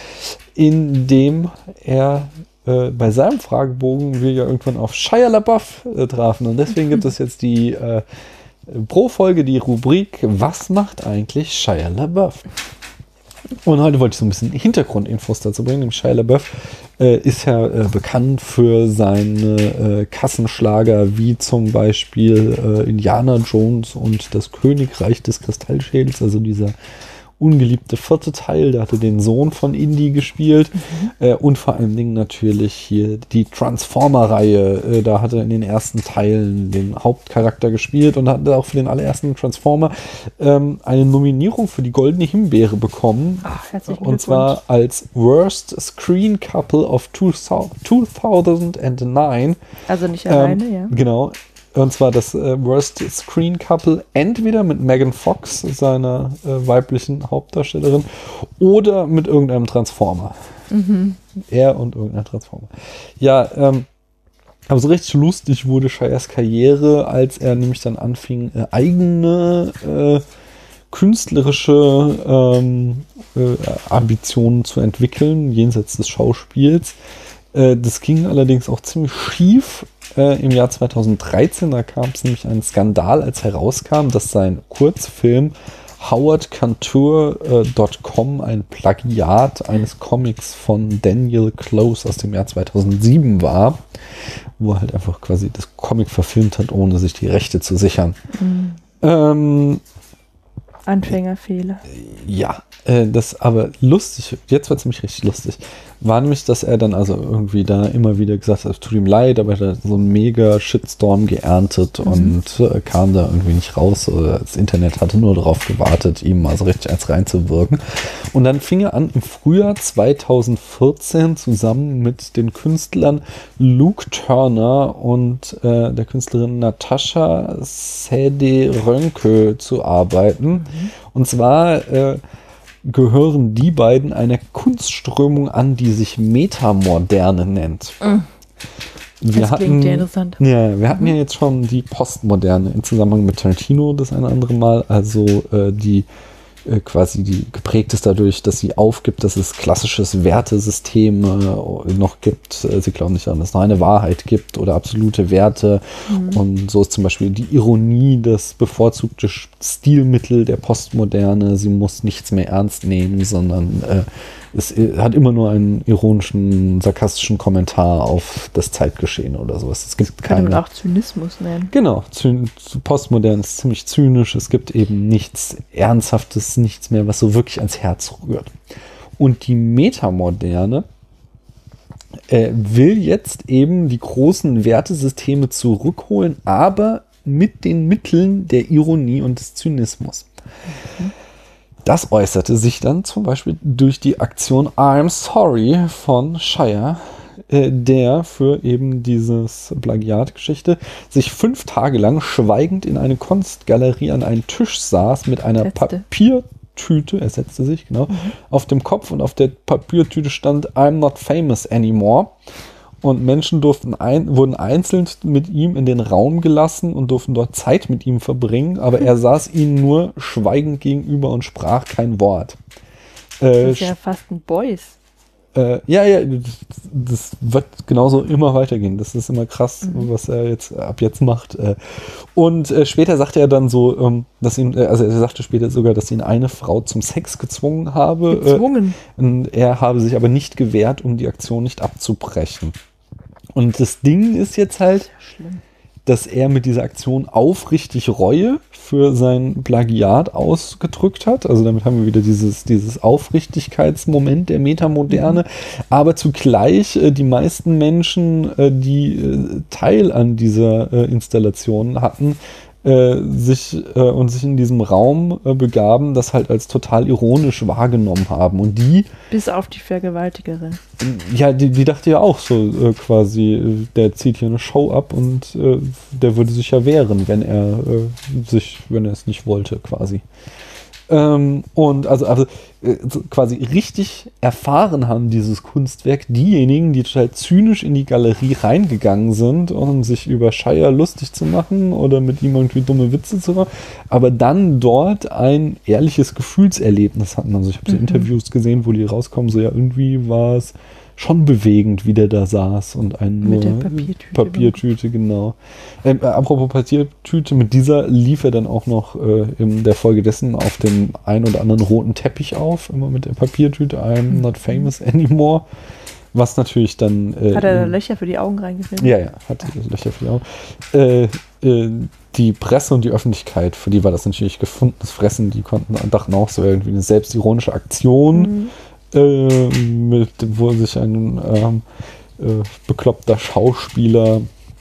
indem er Äh, bei seinem Fragebogen wir ja irgendwann auf Shia LaBeouf äh, trafen. Und deswegen gibt es jetzt die äh, pro Folge die Rubrik Was macht eigentlich Shia LaBeouf? Und heute wollte ich so ein bisschen Hintergrundinfos dazu bringen. Shia LaBeouf äh, ist ja äh, bekannt für seine äh, Kassenschlager wie zum Beispiel äh, Indiana Jones und das Königreich des Kristallschädels, also dieser ungeliebte vierte Teil, der hatte den Sohn von Indy gespielt mhm. äh, und vor allen Dingen natürlich hier die Transformer-Reihe, äh, da hat er in den ersten Teilen den Hauptcharakter gespielt und hat auch für den allerersten Transformer ähm, eine Nominierung für die Goldene Himbeere bekommen. Ach, herzlichen und zwar als Worst Screen Couple of zweitausendneun. Also nicht alleine, ähm, ja. Genau. Und zwar das äh, Worst Screen Couple entweder mit Megan Fox, seiner äh, weiblichen Hauptdarstellerin, oder mit irgendeinem Transformer. Mhm. Er und irgendein Transformer. Ja, ähm, aber so richtig lustig wurde Shias Karriere, als er nämlich dann anfing, äh, eigene äh, künstlerische ähm, äh, Ambitionen zu entwickeln, jenseits des Schauspiels. Äh, das ging allerdings auch ziemlich schief. Äh, im Jahr zweitausenddreizehn, da kam es nämlich einen Skandal, als herauskam, dass sein Kurzfilm howard cantor Punkt com ein Plagiat eines Comics von Daniel Close aus dem Jahr zweitausendsieben war, wo er halt einfach quasi das Comic verfilmt hat, ohne sich die Rechte zu sichern. Mhm. Ähm, Anfängerfehler. Ja, äh, das aber lustig, jetzt war es nämlich richtig lustig, war nämlich, dass er dann also irgendwie da immer wieder gesagt hat, es tut ihm leid, aber er hat so einen mega Shitstorm geerntet mhm. und äh, kam da irgendwie nicht raus. Oder das Internet hatte nur darauf gewartet, ihm also richtig eins reinzuwirken. Und dann fing er an, im Frühjahr zweitausendvierzehn zusammen mit den Künstlern Luke Turner und äh, der Künstlerin Natascha Sede-Rönke zu arbeiten. Mhm. Und zwar äh, gehören die beiden einer Kunstströmung an, die sich Metamoderne nennt. Mhm. Wir das hatten, klingt ja interessant. Ja, wir hatten mhm. ja jetzt schon die Postmoderne im Zusammenhang mit Tarantino das eine oder andere Mal, also äh, die äh, quasi die geprägt ist dadurch, dass sie aufgibt, dass es klassisches Wertesystem äh, noch gibt. Äh, sie glauben nicht daran, dass es noch eine Wahrheit gibt oder absolute Werte. Mhm. Und so ist zum Beispiel die Ironie das bevorzugte Stilmittel der Postmoderne. Sie muss nichts mehr ernst nehmen, sondern äh, es hat immer nur einen ironischen, sarkastischen Kommentar auf das Zeitgeschehen oder sowas. Es gibt kann man keine, auch Zynismus nennen. Genau, Zyn, Postmodern ist ziemlich zynisch. Es gibt eben nichts Ernsthaftes, nichts mehr, was so wirklich ans Herz rührt. Und die Metamoderne äh, will jetzt eben die großen Wertesysteme zurückholen, aber mit den Mitteln der Ironie und des Zynismus. Mhm. Das äußerte sich dann zum Beispiel durch die Aktion I'm Sorry von Shia, äh, der für eben dieses Plagiatgeschichte sich fünf Tage lang schweigend in eine Kunstgalerie an einen Tisch saß mit einer Setzte. Papiertüte, er setzte sich, genau, mhm. auf dem Kopf und auf der Papiertüte stand I'm not famous anymore. Und Menschen durften ein, wurden einzeln mit ihm in den Raum gelassen und durften dort Zeit mit ihm verbringen, aber er saß ihnen nur schweigend gegenüber und sprach kein Wort. Das Äh, ist ja fast ein Boys. Äh, ja, ja, das, das wird genauso immer weitergehen. Das ist immer krass, Mhm. was er jetzt ab jetzt macht. Äh, Und äh, später sagte er dann so, ähm, dass ihn, äh, also er sagte später sogar, dass ihn eine Frau zum Sex gezwungen habe. Gezwungen. Äh, und er habe sich aber nicht gewehrt, um die Aktion nicht abzubrechen. Und das Ding ist jetzt halt, Schlimm. dass er mit dieser Aktion aufrichtig Reue für sein Plagiat ausgedrückt hat. Also damit haben wir wieder dieses, dieses Aufrichtigkeitsmoment der Metamoderne. Mhm. Aber zugleich äh, die meisten Menschen, äh, die äh, Teil an dieser äh, Installation hatten, äh, sich äh, und sich in diesem Raum äh, begaben, das halt als total ironisch wahrgenommen haben. Und die Bis auf die Vergewaltigerin. Ja, die, die dachte ja auch so äh, quasi, äh, der zieht hier eine Show ab und äh, der würde sich ja wehren, wenn er äh, sich, wenn er es nicht wollte, quasi. Ähm, und also, also äh, so quasi richtig erfahren haben dieses Kunstwerk diejenigen, die total zynisch in die Galerie reingegangen sind, um sich über Shire lustig zu machen oder mit ihm irgendwie dumme Witze zu machen, aber dann dort ein ehrliches Gefühlserlebnis hatten. Also ich habe so Mhm. Interviews gesehen, wo die rauskommen, so ja, irgendwie war es schon bewegend, wie der da saß und einen Mit nur der Papiertüte. Papiertüte, genau. Ähm, äh, apropos Papiertüte, mit dieser lief er dann auch noch äh, in der Folge dessen auf dem ein oder anderen roten Teppich auf, immer mit der Papiertüte, I'm not famous anymore, was natürlich dann... Äh, Hat er da in- Löcher für die Augen reingefilmt? ja, ja, hat Löcher für die Augen. Äh, äh, die Presse und die Öffentlichkeit, für die war das natürlich gefundenes Fressen, die konnten dachten auch so irgendwie eine selbstironische Aktion, Mhm. äh, mit, wo sich ein ähm, äh, bekloppter Schauspieler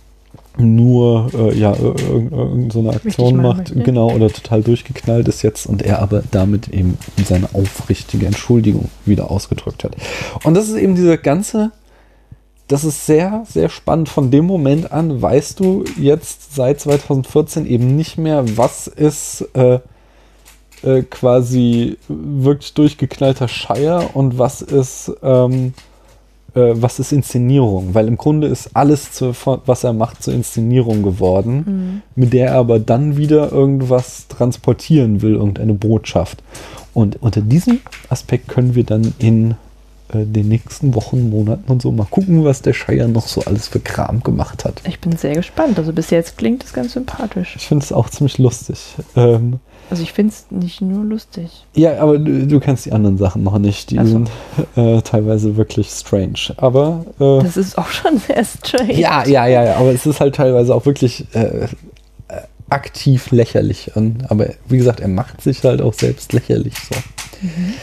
nur äh, ja, irgendeine irgend so eine Aktion machen macht, möchte. genau, oder total durchgeknallt ist jetzt und er aber damit eben seine aufrichtige Entschuldigung wieder ausgedrückt hat. Und das ist eben diese ganze, das ist sehr, sehr spannend. Von dem Moment an weißt du jetzt seit zwanzig vierzehn eben nicht mehr, was ist äh, äh, quasi wirklich durchgeknallter Shire und was ist ähm, äh, was ist Inszenierung, weil im Grunde ist alles, zu, was er macht, zur Inszenierung geworden, Mhm. mit der er aber dann wieder irgendwas transportieren will, irgendeine Botschaft. Und unter diesem Aspekt können wir dann in äh, den nächsten Wochen, Monaten und so mal gucken, was der Shire noch so alles für Kram gemacht hat. Ich bin sehr gespannt. Also bis jetzt klingt es ganz sympathisch. Ich finde es auch ziemlich lustig. Ähm, Also ich finde es nicht nur lustig. ja, aber du, du kennst die anderen Sachen noch nicht. Die Ach so. sind äh, teilweise wirklich strange. Aber äh, Das ist auch schon sehr strange. ja, ja, ja, ja, aber es ist halt teilweise auch wirklich äh, äh, aktiv lächerlich. Und, aber wie gesagt, er macht sich halt auch selbst lächerlich so. Mhm.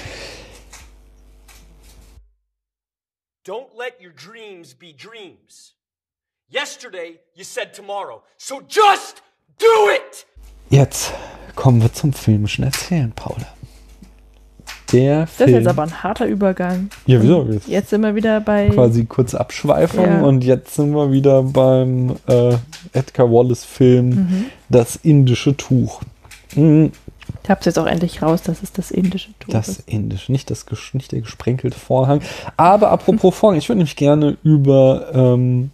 Don't let your dreams be dreams. Yesterday, you said tomorrow. So just do it! Jetzt kommen wir zum filmischen Erzählen, Paul. Der Das Film. ist jetzt aber ein harter Übergang. Ja, wieso? Jetzt Jetzt sind wir wieder bei... quasi kurze Abschweifung Ja. und jetzt sind wir wieder beim äh, Edgar Wallace-Film Mhm. Das indische Tuch. Mhm. Ich hab's jetzt auch endlich raus, das ist das indische Tuch. Das ist. indische, nicht, das, ges- nicht der gesprenkelte Vorhang. Aber apropos Vorhang, ich würde nämlich gerne über ähm,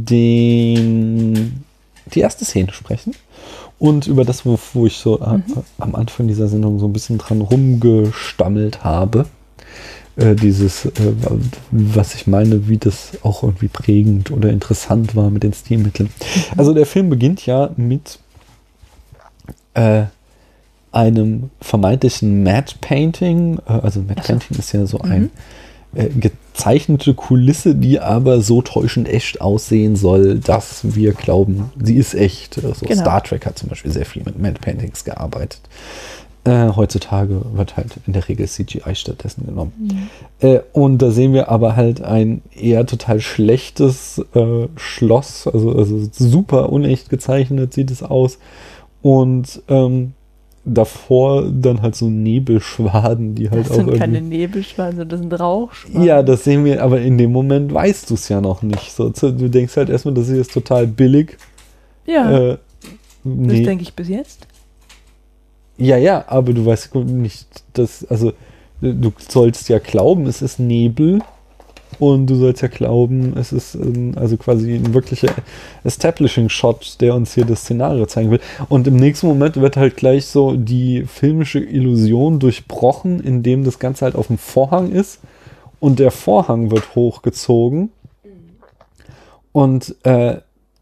den, die erste Szene sprechen. Und über das, wo, wo ich so äh, Mhm. am Anfang dieser Sendung so ein bisschen dran rumgestammelt habe. Äh, dieses, äh, was ich meine, wie das auch irgendwie prägend oder interessant war mit den Stilmitteln. Also der Film beginnt ja mit äh, einem vermeintlichen Matte Painting. Äh, also Matte Ach so. Painting ist ja so Mhm. ein äh, gezeichnete Kulisse, die aber so täuschend echt aussehen soll, dass wir glauben, sie ist echt. Also Genau. Star Trek hat zum Beispiel sehr viel mit Matte Paintings gearbeitet. Äh, heutzutage wird halt in der Regel C G I stattdessen genommen. Mhm. Äh, und da sehen wir aber halt ein eher total schlechtes äh, Schloss, also, also super unecht gezeichnet sieht es aus. Und ähm, davor dann halt so Nebelschwaden, die halt Das auch sind irgendwie... keine Nebelschwaden, sondern das sind Rauchschwaden. Ja, das sehen wir, aber in dem Moment weißt du es ja noch nicht. So, zu- du denkst halt erstmal, das ist jetzt total billig. Ja, Äh, das nee. denke ich bis jetzt. Ja, ja, aber du weißt nicht, dass, also du sollst ja glauben, es ist Nebel, und du sollst ja glauben, es ist ein, also quasi ein wirklicher Establishing-Shot, der uns hier das Szenario zeigen will. Und im nächsten Moment wird halt gleich so die filmische Illusion durchbrochen, indem das Ganze halt auf dem Vorhang ist und der Vorhang wird hochgezogen und äh,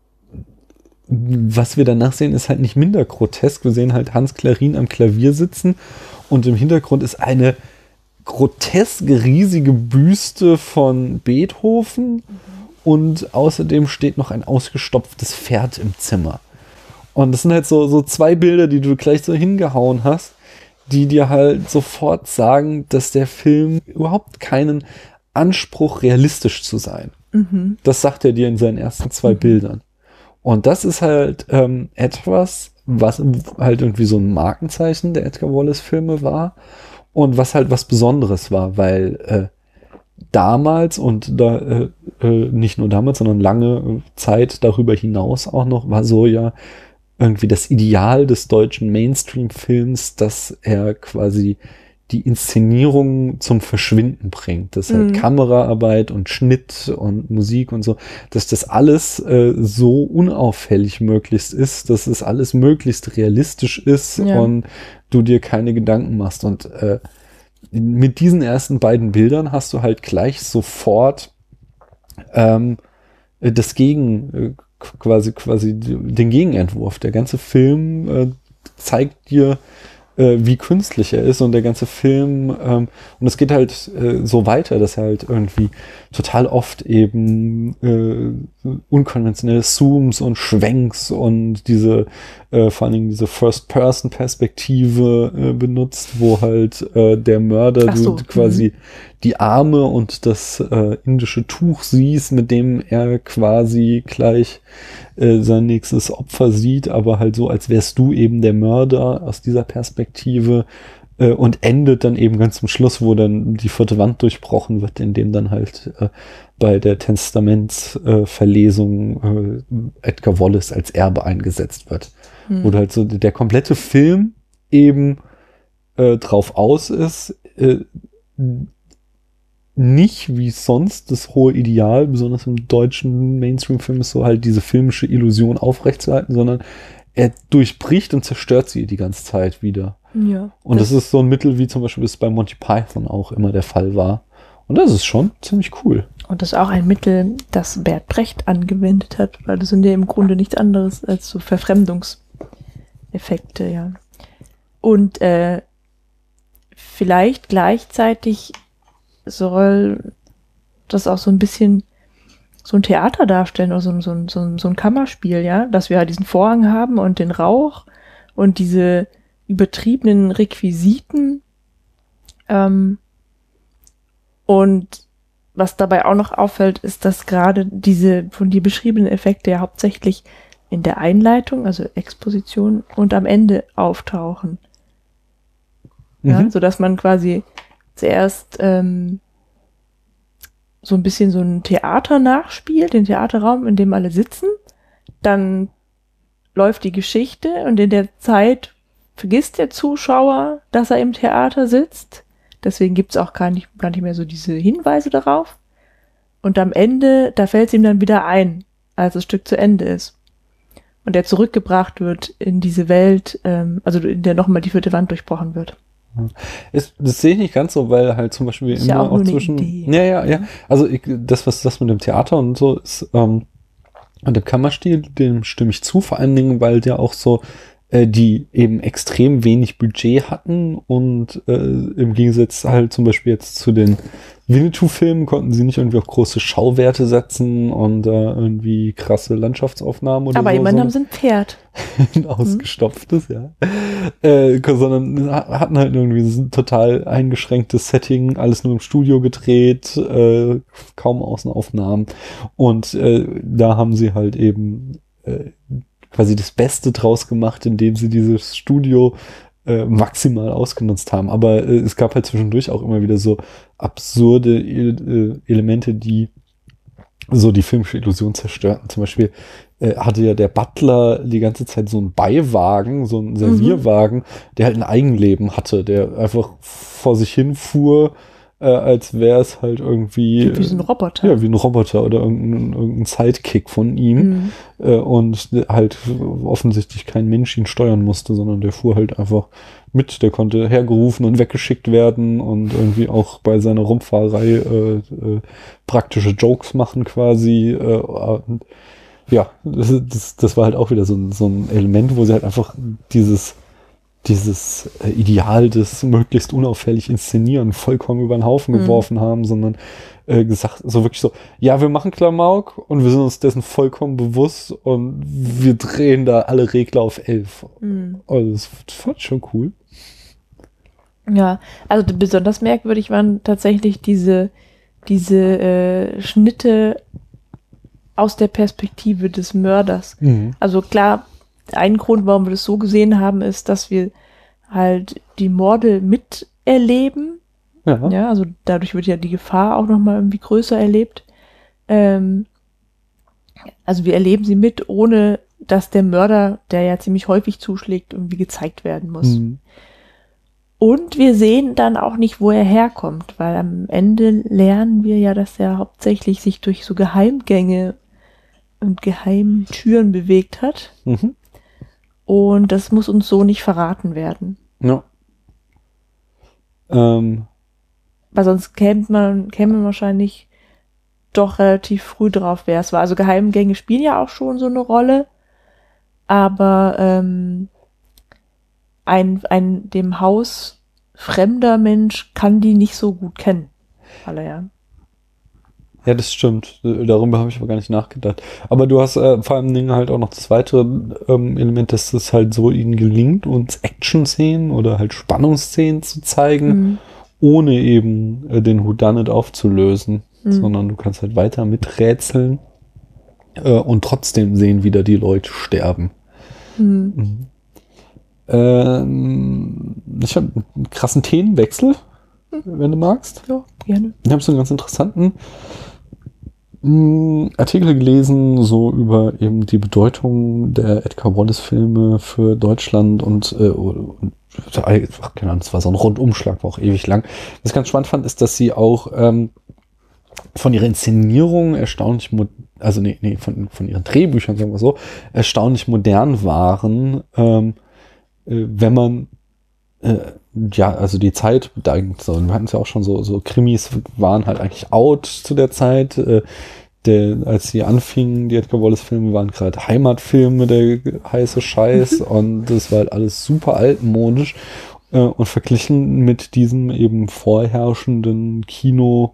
was wir danach sehen, ist halt nicht minder grotesk. Wir sehen halt Hans Clarin am Klavier sitzen und im Hintergrund ist eine groteske, riesige Büste von Beethoven mhm. und außerdem steht noch ein ausgestopftes Pferd im Zimmer. Und das sind halt so, so zwei Bilder, die du gleich so hingehauen hast, die dir halt sofort sagen, dass der Film überhaupt keinen Anspruch, realistisch zu sein. Mhm. Das sagt er dir in seinen ersten zwei mhm. Bildern. Und das ist halt ähm, etwas, was halt irgendwie so ein Markenzeichen der Edgar Wallace-Filme war und was halt was Besonderes war, weil äh, damals und da äh, äh, nicht nur damals, sondern lange Zeit darüber hinaus auch noch war so ja irgendwie das Ideal des deutschen Mainstream-Films, dass er quasi die Inszenierung zum Verschwinden bringt. Dass halt mhm. Kameraarbeit und Schnitt und Musik und so, dass das alles äh, so unauffällig möglichst ist, dass es alles möglichst realistisch ist ja. und du dir keine Gedanken machst. Und äh, mit diesen ersten beiden Bildern hast du halt gleich sofort ähm, das Gegen, äh, quasi, quasi den Gegenentwurf. Der ganze Film äh, zeigt dir, wie künstlich er ist und der ganze Film ähm, und es geht halt äh, so weiter, dass er halt irgendwie total oft eben äh, unkonventionelle Zooms und Schwenks und diese äh, vor allen Dingen diese First-Person-Perspektive äh, benutzt, wo halt äh, der Mörder so, du quasi mhm. die Arme und das äh, indische Tuch siehst, mit dem er quasi gleich äh, sein nächstes Opfer sieht, aber halt so, als wärst du eben der Mörder aus dieser Perspektive äh, und endet dann eben ganz zum Schluss, wo dann die vierte Wand durchbrochen wird, indem dann halt äh, bei der Testamentsverlesung äh, Edgar Wallace als Erbe eingesetzt wird. Hm. Wo halt so der komplette Film eben äh, drauf aus ist, äh, nicht wie sonst das hohe Ideal, besonders im deutschen Mainstream-Film ist so halt diese filmische Illusion aufrechtzuerhalten, sondern er durchbricht und zerstört sie die ganze Zeit wieder. Ja. Und das, das ist so ein Mittel, wie zum Beispiel es bei Monty Python auch immer der Fall war. Und das ist schon ziemlich cool. Und das ist auch ein Mittel, das Bert Brecht angewendet hat, weil das sind ja im Grunde nichts anderes als so Verfremdungseffekte, ja. Und äh, vielleicht gleichzeitig soll das auch so ein bisschen so ein Theater darstellen oder so, so, so, so ein Kammerspiel, ja, dass wir halt diesen Vorhang haben und den Rauch und diese übertriebenen Requisiten ähm, und was dabei auch noch auffällt, ist, dass gerade diese von dir beschriebenen Effekte ja hauptsächlich in der Einleitung, also Exposition und am Ende auftauchen. Mhm. Ja, sodass man quasi zuerst ähm, so ein bisschen so ein Theater nachspielt, den Theaterraum, in dem alle sitzen. Dann läuft die Geschichte und in der Zeit vergisst der Zuschauer, dass er im Theater sitzt. Deswegen gibt's auch gar nicht, gar nicht mehr so diese Hinweise darauf. Und am Ende, da fällt es ihm dann wieder ein, als das Stück zu Ende ist. Und er zurückgebracht wird in diese Welt, ähm, also in der nochmal die vierte Wand durchbrochen wird. Ist, das sehe ich nicht ganz so, weil halt zum Beispiel ist immer ja auch, auch nur zwischen. Eine Idee. Ja, ja, ja. Also ich, das, was das mit dem Theater und so ist, ähm, und dem Kammerstil, dem stimme ich zu, vor allen Dingen, weil der auch so äh, die eben extrem wenig Budget hatten und äh, im Gegensatz halt zum Beispiel jetzt zu den Winnetou-Filmen konnten sie nicht irgendwie auch große Schauwerte setzen und äh, irgendwie krasse Landschaftsaufnahmen oder aber so. Aber immerhin haben sie ein Pferd. Ein ausgestopftes, hm. ja. Äh, sondern hatten halt irgendwie ein total eingeschränktes Setting, alles nur im Studio gedreht, äh, kaum Außenaufnahmen. Und äh, da haben sie halt eben äh, quasi das Beste draus gemacht, indem sie dieses Studio äh, maximal ausgenutzt haben. Aber äh, es gab halt zwischendurch auch immer wieder so absurde äh, Elemente, die so die filmische Illusion zerstörten. Zum Beispiel äh, hatte ja der Butler die ganze Zeit so einen Beiwagen, so einen Servierwagen, mhm. der halt ein Eigenleben hatte, der einfach vor sich hin fuhr, äh, als wäre es halt irgendwie Wie so ein Roboter. Ja, wie ein Roboter oder irgendein, irgendein Sidekick von ihm. Mhm. Äh, und halt offensichtlich kein Mensch ihn steuern musste, sondern der fuhr halt einfach mit. Der konnte hergerufen und weggeschickt werden und irgendwie auch bei seiner Rumfahrerei äh, äh, praktische Jokes machen quasi. Äh, und ja, das, das, das war halt auch wieder so ein, so ein Element, wo sie halt einfach dieses dieses äh, Ideal des möglichst unauffällig inszenieren vollkommen über den Haufen Mhm. geworfen haben, sondern äh, gesagt, so wirklich so, ja, wir machen Klamauk und wir sind uns dessen vollkommen bewusst und wir drehen da alle Regler auf elf. Mhm. Also das fand ich schon cool. Ja, also d- besonders merkwürdig waren tatsächlich diese, diese äh, Schnitte aus der Perspektive des Mörders. Mhm. Also klar, ein Grund, warum wir das so gesehen haben, ist, dass wir halt die Morde miterleben. Ja. Ja, also dadurch wird ja die Gefahr auch nochmal irgendwie größer erlebt. Ähm, also wir erleben sie mit, ohne dass der Mörder, der ja ziemlich häufig zuschlägt, irgendwie gezeigt werden muss. Mhm. Und wir sehen dann auch nicht, wo er herkommt, weil am Ende lernen wir ja, dass er hauptsächlich sich durch so Geheimgänge und Geheimtüren bewegt hat. Mhm. Und das muss uns so nicht verraten werden. Ja. Ähm, Weil sonst käme man, käme man wahrscheinlich doch relativ früh drauf, wer es war. Also Geheimgänge spielen ja auch schon so eine Rolle. Aber ähm, ein, ein dem Haus fremder Mensch kann die nicht so gut kennen. Alle, ja. Ja, das stimmt. Darüber habe ich aber gar nicht nachgedacht. Aber du hast äh, vor allem Dingen halt auch noch das weitere ähm, Element, dass es halt so ihnen gelingt, uns Action-Szenen oder halt Spannungsszenen zu zeigen, Mhm. ohne eben äh, den Whodunit aufzulösen, Mhm. sondern du kannst halt weiter miträtseln äh, und trotzdem sehen, wie da die Leute sterben. Mhm. Mhm. Ähm, ich habe einen krassen Themenwechsel, wenn du magst. Ja, gerne. Ich habe so einen ganz interessanten mh, Artikel gelesen, so über eben die Bedeutung der Edgar Wallace-Filme für Deutschland und, äh, und ach, keine Ahnung, das war so ein Rundumschlag, war auch ewig lang. Was ich ganz spannend fand, ist, dass sie auch ähm, von ihrer Inszenierung erstaunlich, mo- also nee, nee, von, von ihren Drehbüchern, sagen wir so, erstaunlich modern waren, ähm, äh, wenn man äh, ja, also die Zeit bedankt. So. Wir hatten es ja auch schon so, so Krimis waren halt eigentlich out zu der Zeit. Äh, der, als sie anfingen, die Edgar Wallace-Filme waren gerade Heimatfilme, der heiße Scheiß. Und das war halt alles super altmodisch. Äh, und verglichen mit diesem eben vorherrschenden Kino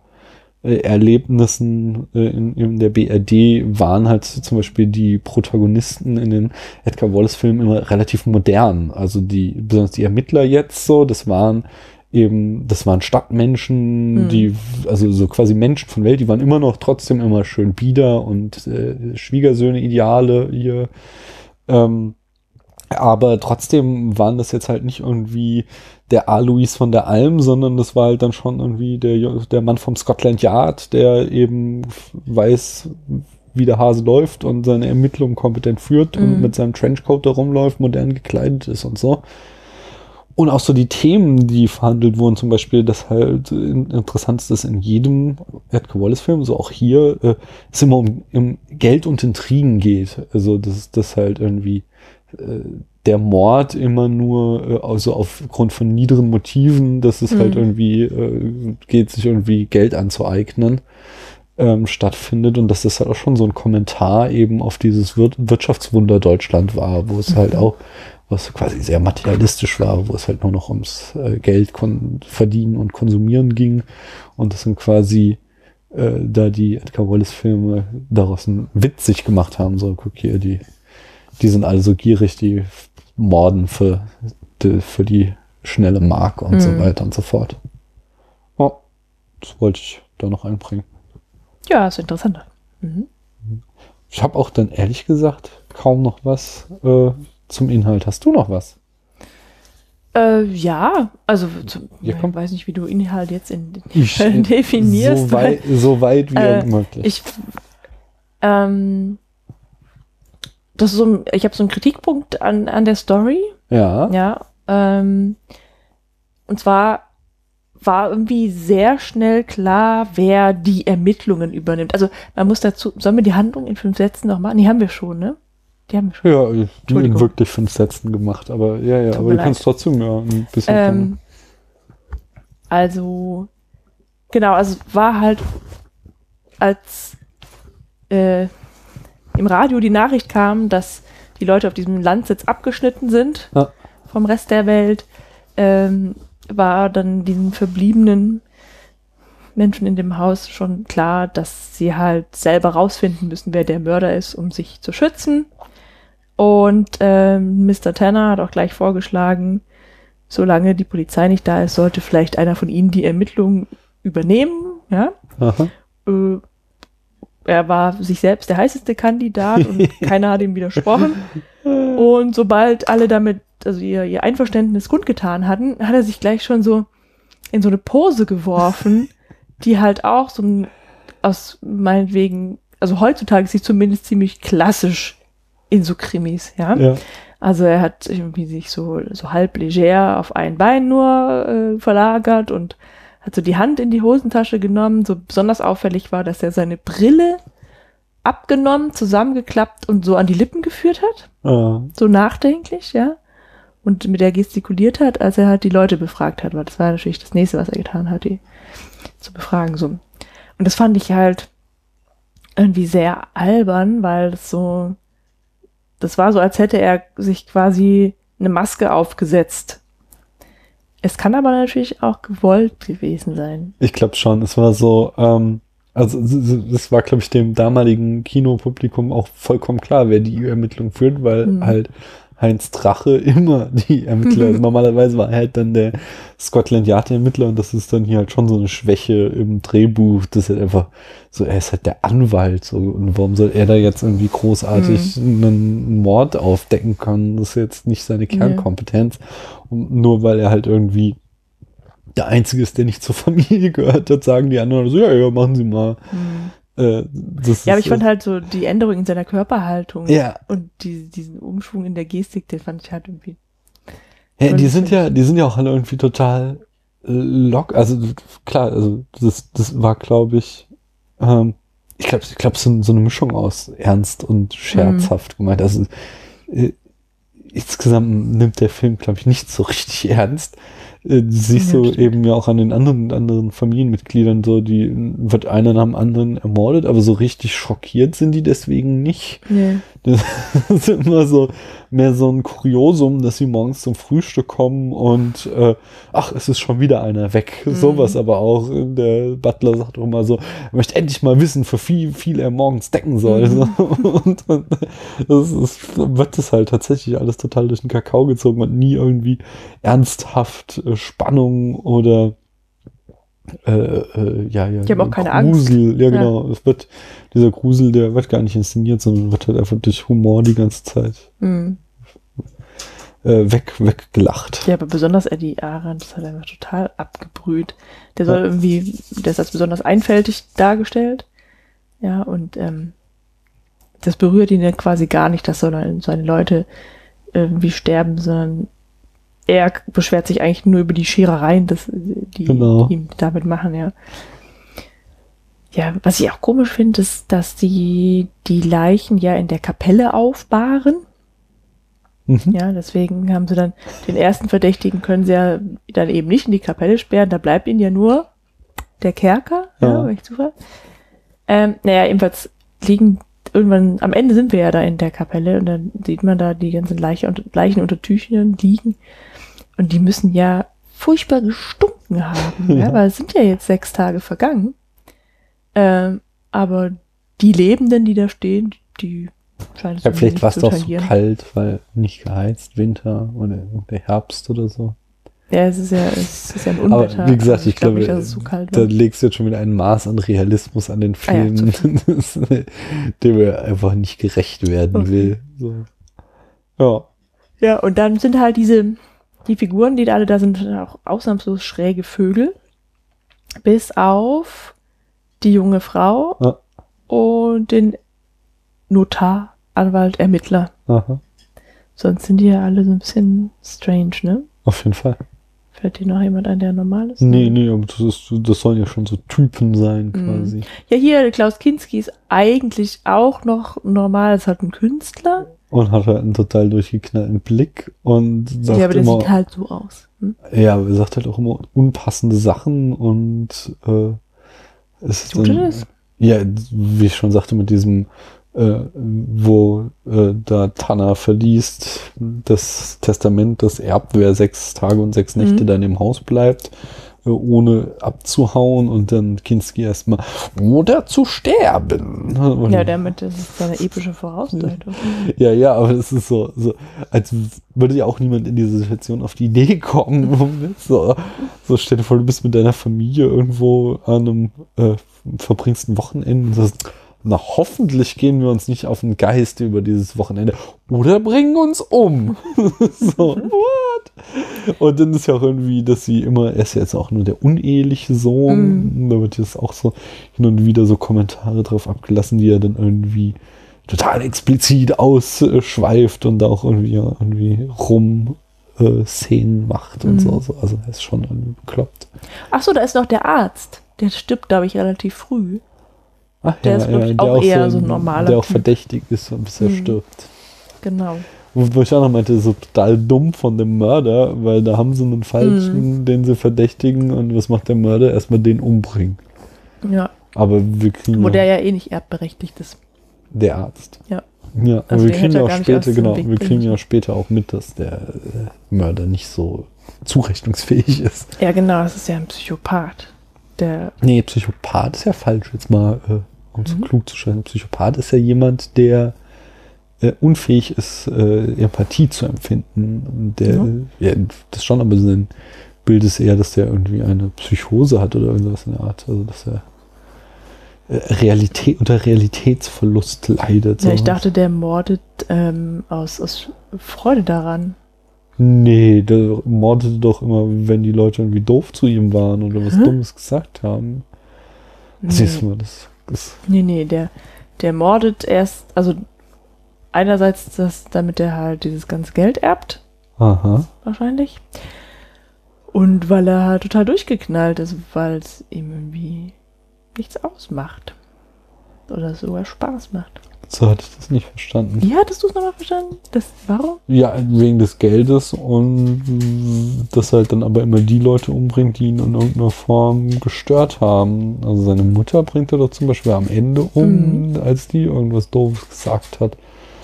Erlebnissen äh, in, in der B R D waren halt zum Beispiel die Protagonisten in den Edgar Wallace-Filmen immer relativ modern. Also die, besonders die Ermittler jetzt so, das waren eben, das waren Stadtmenschen, Mhm. die, also so quasi Menschen von Welt, die waren immer noch trotzdem immer schön bieder und äh, Schwiegersöhne-Ideale hier. Ähm, aber trotzdem waren das jetzt halt nicht irgendwie der Alois von der Alm, sondern das war halt dann schon irgendwie der, der Mann vom Scotland Yard, der eben weiß, wie der Hase läuft und seine Ermittlungen kompetent führt und Mhm. mit seinem Trenchcoat da rumläuft, modern gekleidet ist und so. Und auch so die Themen, die verhandelt wurden, zum Beispiel, das halt interessant ist, dass in jedem Edgar Wallace-Film, so auch hier, äh, es immer um, um Geld und Intrigen geht. Also das das halt irgendwie äh, der Mord immer nur äh, also aufgrund von niederen Motiven, dass es Mhm. halt irgendwie äh, geht, sich irgendwie Geld anzueignen, ähm, stattfindet und dass das halt auch schon so ein Kommentar eben auf dieses Wir Wirtschaftswunder Deutschland war, wo es halt auch was quasi sehr materialistisch war, wo es halt nur noch ums äh, Geld verdienen und konsumieren ging und das sind quasi äh, da die Edgar Wallace-Filme daraus einen Witz sich gemacht haben, so guck hier, die die sind alle so gierig, die morden für die, für die schnelle Mark und Mhm. so weiter und so fort. Oh, das wollte ich da noch einbringen. Ja, ist interessant. Mhm. Ich habe auch dann ehrlich gesagt kaum noch was äh, zum Inhalt. Hast du noch was? Äh, ja, also zum, Ja, ich komm. weiß nicht, wie du Inhalt jetzt in, Ich, definierst. So weit, so weit wie Äh, möglich. Ich, ähm, das ist so, ein- ich habe so einen Kritikpunkt an, an der Story. ja. Ja, ähm, und zwar war irgendwie sehr schnell klar, wer die Ermittlungen übernimmt. Also man muss dazu, sollen wir die Handlung in fünf Sätzen noch machen? Die haben wir schon, ne? Die haben wir schon. Ja, die in wirklich fünf Sätzen gemacht, aber ja, ja, Tut aber mir du kannst leid. trotzdem ja ein bisschen. Ähm, also, genau, also war halt, als äh, im Radio die Nachricht kam, dass die Leute auf diesem Landsitz abgeschnitten sind Ja. vom Rest der Welt, ähm, war dann diesen verbliebenen Menschen in dem Haus schon klar, dass sie halt selber rausfinden müssen, wer der Mörder ist, um sich zu schützen. Und ähm, Mister Tanner hat auch gleich vorgeschlagen, solange die Polizei nicht da ist, sollte vielleicht einer von ihnen die Ermittlungen übernehmen. Ja? Aha. Äh, er war sich selbst der heißeste Kandidat und keiner hat ihm widersprochen. Und sobald alle damit, also ihr, ihr Einverständnis kundgetan hatten, hat er sich gleich schon so in so eine Pose geworfen, die halt auch so ein, aus meinetwegen, also heutzutage ist sie zumindest ziemlich klassisch in so Krimis, ja. Ja. Also er hat irgendwie sich so, so halb leger auf ein Bein nur äh, verlagert und hat so die Hand in die Hosentasche genommen. So besonders auffällig war, dass er seine Brille abgenommen, zusammengeklappt und so an die Lippen geführt hat. Ah. So nachdenklich, ja. Und mit der gestikuliert hat, als er halt die Leute befragt hat, weil das war natürlich das Nächste, was er getan hat, die zu befragen, so. Und das fand ich halt irgendwie sehr albern, weil das so, das war so, als hätte er sich quasi eine Maske aufgesetzt. Es kann aber natürlich auch gewollt gewesen sein. Ich glaube schon, es war so, ähm, also es war, glaube ich, dem damaligen Kinopublikum auch vollkommen klar, wer die Ermittlung führt, weil Mhm. halt Heinz Drache immer die Ermittler, also normalerweise war er halt dann der Scotland Yard Ermittler und das ist dann hier halt schon so eine Schwäche im Drehbuch, das ist halt einfach so, er ist halt der Anwalt, so, und warum soll er da jetzt irgendwie großartig mhm. einen Mord aufdecken können, das ist jetzt nicht seine Kernkompetenz, und nur weil er halt irgendwie der Einzige ist, der nicht zur Familie gehört hat, sagen die anderen so, ja, ja, machen Sie mal. Mhm. Äh, das ja, aber ist, ich fand halt so die Änderung in seiner Körperhaltung ja. und die, diesen Umschwung in der Gestik, den fand ich halt irgendwie. Ja, die sind ja, die sind ja auch alle irgendwie total äh, lock, also klar, also das, das war, glaube ich, ähm, ich glaube, ich glaube, so, so eine Mischung aus ernst und scherzhaft mhm. gemeint. Also äh, insgesamt nimmt der Film, glaube ich, nicht so richtig ernst. Äh, du siehst ja, so stimmt. eben ja auch an den anderen, anderen Familienmitgliedern so, die wird einer nach dem anderen ermordet, aber so richtig schockiert sind die deswegen nicht. Nee. Das ist immer so mehr so ein Kuriosum, dass sie morgens zum Frühstück kommen und äh, ach, es ist schon wieder einer weg. Mhm. Sowas aber auch. Der Butler sagt auch immer so, er möchte endlich mal wissen, für wie viel er morgens decken soll. Mhm. Und, und das ist, wird das halt tatsächlich alles total durch den Kakao gezogen und nie irgendwie ernsthaft äh, Spannung oder Äh, äh, ja, ja. Ich habe auch keine Grusel, Angst. ja genau. Ja. Es wird, dieser Grusel, der wird gar nicht inszeniert, sondern wird halt einfach durch Humor die ganze Zeit mhm. äh, weg, weggelacht. Ja, aber besonders Eddie Arendt, das hat einfach total abgebrüht. Der soll ja. irgendwie, der ist als besonders einfältig dargestellt. Ja, und ähm, das berührt ihn ja quasi gar nicht, dass so seine Leute irgendwie sterben, sondern er beschwert sich eigentlich nur über die Scherereien, das, die, genau. die ihm damit machen, ja. Ja, was ich auch komisch finde, ist, dass die die Leichen ja in der Kapelle aufbahren. Mhm. Ja, deswegen haben sie dann den ersten Verdächtigen können sie ja dann eben nicht in die Kapelle sperren, da bleibt ihnen ja nur der Kerker, ja, ja wenn ich zufall. Ähm, naja, ebenfalls liegen irgendwann, am Ende sind wir ja da in der Kapelle und dann sieht man da die ganzen Leichen, und, Leichen unter Tüchern liegen. Und die müssen ja furchtbar gestunken haben, ja. ja, weil es sind ja jetzt sechs Tage vergangen. Ähm, aber die Lebenden, die da stehen, die scheinen es ja, vielleicht war es doch so tangieren. kalt, weil nicht geheizt, Winter oder der Herbst oder so. Ja, es ist ja, es ist ja ein Unwetter. Aber wie gesagt, also ich, ich glaube, glaub nicht, so kalt da war. legst du jetzt schon wieder ein Maß an Realismus an den Film, ah, ja, dem er einfach nicht gerecht werden okay. will. So. Ja. Ja, und dann sind halt diese, die Figuren, die da alle da sind, auch ausnahmslos schräge Vögel. Bis auf die junge Frau ja. und den Notar, Anwalt, Ermittler. Aha. Sonst sind die ja alle so ein bisschen strange, ne? Auf jeden Fall. Fällt dir noch jemand ein, der normal ist? Nee, nee, aber das, ist, das sollen ja schon so Typen sein, quasi. Ja, hier, Klaus Kinski ist eigentlich auch noch normal. Es hat ein Künstler. Und hat halt einen total durchgeknallten Blick und sagt Ja, aber der immer, sieht halt so aus. Hm? ja, aber er sagt halt auch immer unpassende Sachen und äh, es ist Tut er dann, das? ja, wie ich schon sagte, mit diesem, äh, wo äh, da Tanner verliest, das Testament, das erbt, wer sechs Tage und sechs Nächte Mhm. dann im Haus bleibt, äh, ohne abzuhauen und dann Kinski erstmal, oder zu sterben. Und Ja, damit das ist seine epische Vorausdeutung. ja, ja, aber es ist so, so, als würde ja auch niemand in diese Situation auf die Idee kommen. So, so stell dir vor, du bist mit deiner Familie irgendwo an einem äh, verbringst ein Wochenende und sagst, na, hoffentlich gehen wir uns nicht auf den Geist über dieses Wochenende oder bringen uns um. So, what? Und dann ist ja auch irgendwie, dass sie immer, er ist ja jetzt auch nur der uneheliche Sohn, Mm. da wird jetzt auch so hin und wieder so Kommentare drauf abgelassen, die er dann irgendwie total explizit ausschweift und da auch irgendwie, ja, irgendwie rum äh, Szenen macht und Mhm. so, so. Also er ist schon irgendwie bekloppt. Ach so, da ist noch der Arzt. Der stirbt, glaube ich, relativ früh. Ach, Der ist, glaub ich, auch eher so ein normaler Der auch Typ. verdächtig ist, bis er Mhm. stirbt. Genau. Wo ich auch noch meinte, so total dumm von dem Mörder, weil da haben sie einen Falschen, Mhm. den sie verdächtigen und was macht der Mörder? Erstmal den umbringen. Ja. Aber wir kriegen Wo ja, der ja eh nicht erbberechtigt ist. der Arzt. Ja. Ja, aber Also wir den kriegen hätte ja er auch gar nicht später, aus dem genau, Weg wir bringen kriegen ja müssen. später auch mit, dass der äh, Mörder nicht so zurechnungsfähig ist. Ja, genau, das ist ja ein Psychopath. Der, Nee, Psychopath ist ja falsch, jetzt mal, äh, um so Mhm. klug zu stellen. Psychopath ist ja jemand, der äh, unfähig ist, äh, Empathie zu empfinden. Und der, Ja. ja. das schon, aber sein Bild ist eher, dass der irgendwie eine Psychose hat oder irgendwas in der Art. Also, dass er äh, Realität, unter Realitätsverlust leidet. ja, ich sowas. dachte, der mordet ähm, aus, aus Freude daran. Nee, der mordete doch immer, wenn die Leute irgendwie doof zu ihm waren oder was Hä? Dummes gesagt haben. Siehst du mal, das ist. Nee, nee, der, der mordet erst, also einerseits das, damit er halt dieses ganze Geld erbt, Aha. wahrscheinlich. Und weil er halt total durchgeknallt ist, weil es ihm irgendwie nichts ausmacht. Oder sogar Spaß macht. So hatte ich das nicht verstanden. Wie hattest du es nochmal verstanden? Das, warum? Ja, wegen des Geldes und das halt dann aber immer die Leute umbringt, die ihn in irgendeiner Form gestört haben. Also seine Mutter bringt er doch zum Beispiel am Ende um, Mhm. als die irgendwas Doofes gesagt hat.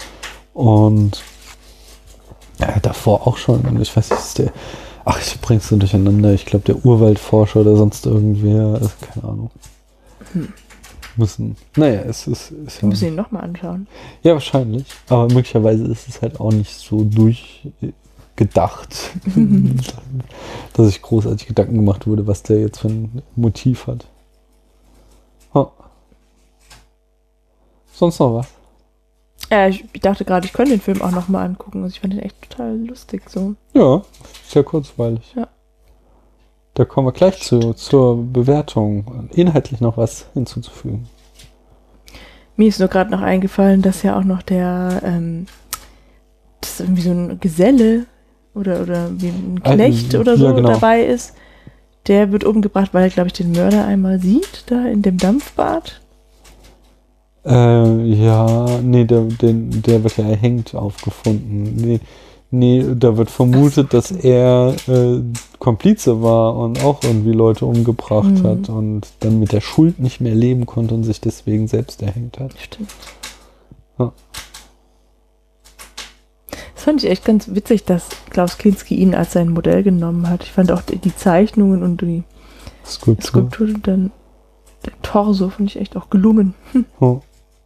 Und ja, davor auch schon. Und ich weiß nicht, ist der. Ach, ich bring's so durcheinander. Ich glaube, der Urwaldforscher oder sonst irgendwer. Also, keine Ahnung. Hm. Müssen. Naja, es ist. ist Wir müssen ihn nochmal anschauen. ja, wahrscheinlich. Aber möglicherweise ist es halt auch nicht so durchgedacht, dass sich großartig Gedanken gemacht wurde, was der jetzt für ein Motiv hat. Ha. Sonst noch was? Ja, ich, ich dachte gerade, ich könnte den Film auch nochmal angucken. Also ich fand den echt total lustig so. Ja, sehr kurzweilig. Ja. Da kommen wir gleich zu, zur Bewertung. Inhaltlich noch was hinzuzufügen. Mir ist nur gerade noch eingefallen, dass ja auch noch der, ähm, das ist irgendwie so ein Geselle oder, oder wie ein Knecht Äh, oder so ja, genau. dabei ist. Der wird umgebracht, weil er, glaube ich, den Mörder einmal sieht, da in dem Dampfbad. Äh, ja, nee, der, den, der wird ja erhängt aufgefunden. Nee, nee, da wird vermutet, dass er äh, Komplize war und auch irgendwie Leute umgebracht Mhm. hat und dann mit der Schuld nicht mehr leben konnte und sich deswegen selbst erhängt hat. Stimmt. Ja. Das fand ich echt ganz witzig, dass Klaus Kinski ihn als sein Modell genommen hat. Ich fand auch die, die Zeichnungen und die Skulptur. Skulptur, dann der Torso, fand ich echt auch gelungen. Ja.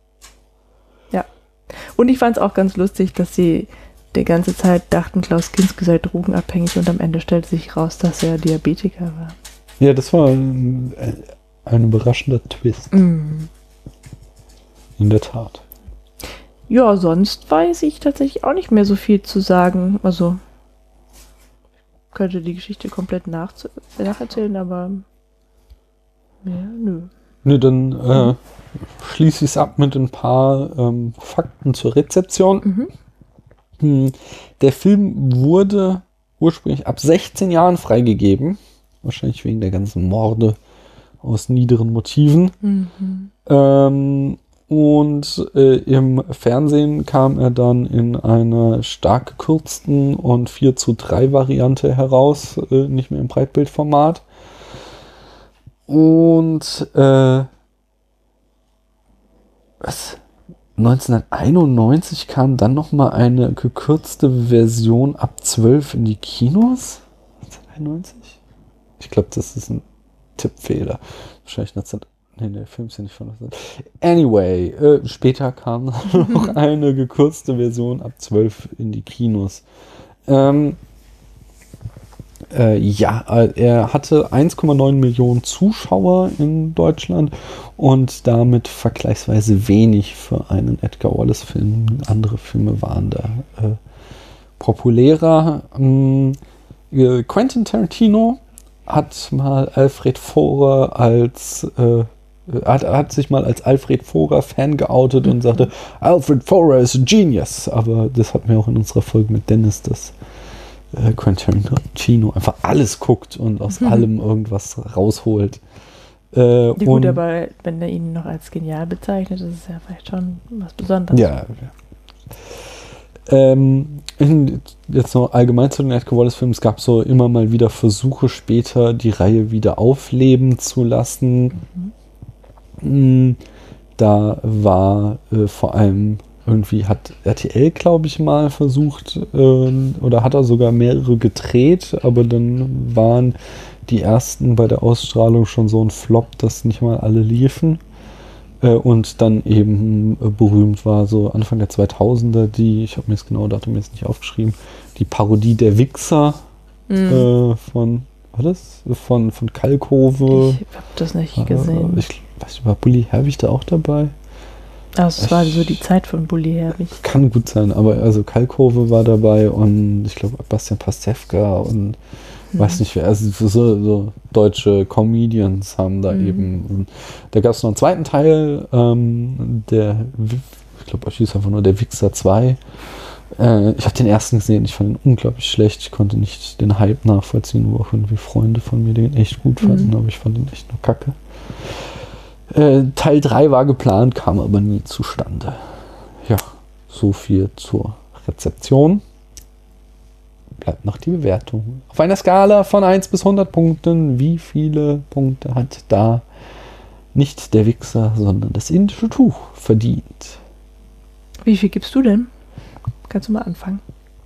Und ich fand es auch ganz lustig, dass sie die ganze Zeit dachten, Klaus Kinski sei drogenabhängig und am Ende stellte sich raus, dass er Diabetiker war. Ja, das war ein, ein überraschender Twist. Mm. In der Tat. Ja, sonst weiß ich tatsächlich auch nicht mehr so viel zu sagen. Also, ich könnte die Geschichte komplett nachzu- nacherzählen, aber ja, nö. Ne, dann äh, schließe ich es ab mit ein paar ähm, Fakten zur Rezeption. Mhm. Hm, Der Film wurde ursprünglich ab sechzehn Jahren freigegeben. Wahrscheinlich wegen der ganzen Morde aus niederen Motiven. Mhm. Ähm, und äh, im Fernsehen kam er dann in einer stark gekürzten und vier zu drei Variante heraus, äh, nicht mehr im Breitbildformat. Und äh, was? neunzehnhunderteinundneunzig kam dann nochmal eine gekürzte Version ab zwölf in die Kinos. neunzehnhunderteinundneunzig? Ich glaube, das ist ein Tippfehler. Wahrscheinlich neunzehn. Nee, der Film ist ja nicht von neunzehn. Anyway, äh, später kam noch eine gekürzte Version ab zwölf in die Kinos. Ähm, äh, ja, er hatte eins Komma neun Millionen Zuschauer in Deutschland und damit vergleichsweise wenig für einen Edgar Wallace-Film. Andere Filme waren da äh, populärer. Ähm, äh, Quentin Tarantino hat mal Alfred Vohrer als äh, hat, hat sich mal als Alfred Vohrer-Fan geoutet und sagte, Alfred Vohrer ist a genius. Aber das hatten wir auch in unserer Folge mit Dennis, dass äh, Quentin Tarantino einfach alles guckt und aus mhm. allem irgendwas rausholt. Äh, ja, gut, aber wenn er ihn noch als genial bezeichnet, das ist ja vielleicht schon was Besonderes. Ja, ja. Ähm, in, jetzt noch allgemein zu den Edgar Wallace-Filmen. Es gab so immer mal wieder Versuche später, die Reihe wieder aufleben zu lassen. Mhm. Da war äh, vor allem irgendwie, hat R T L, glaube ich, mal versucht, äh, oder hat er sogar mehrere gedreht, aber dann waren die ersten bei der Ausstrahlung schon so ein Flop, dass nicht mal alle liefen. Und dann eben äh, berühmt war so Anfang der zweitausender, die, ich habe mir das genaue Datum jetzt nicht aufgeschrieben, die Parodie der Wichser mhm. äh, von, war das? Von, von Kalkofe. Ich habe das nicht gesehen. Äh, ich weiß nicht, war Bully Herbig da auch dabei? Also es war so die Zeit von Bully Herbig. Kann gut sein, aber also Kalkofe war dabei und ich glaube Bastian Pastewka und mhm. weiß nicht wer, also so, so deutsche Comedians haben da mhm. eben, und da gab es noch einen zweiten Teil, ähm, der, ich glaube, ich hieß einfach nur der Wichser zwei. Äh, ich habe den ersten gesehen, ich fand ihn unglaublich schlecht, ich konnte nicht den Hype nachvollziehen, wo auch irgendwie Freunde von mir den echt gut fanden, mhm. aber ich fand ihn echt nur kacke. Äh, Teil drei war geplant, kam aber nie zustande. Ja, so viel zur Rezeption. Bleibt noch die Bewertung. Auf einer Skala von eins bis hundert Punkten, wie viele Punkte hat da nicht der Wichser, sondern das indische Tuch verdient? Wie viel gibst du denn? Kannst du mal anfangen?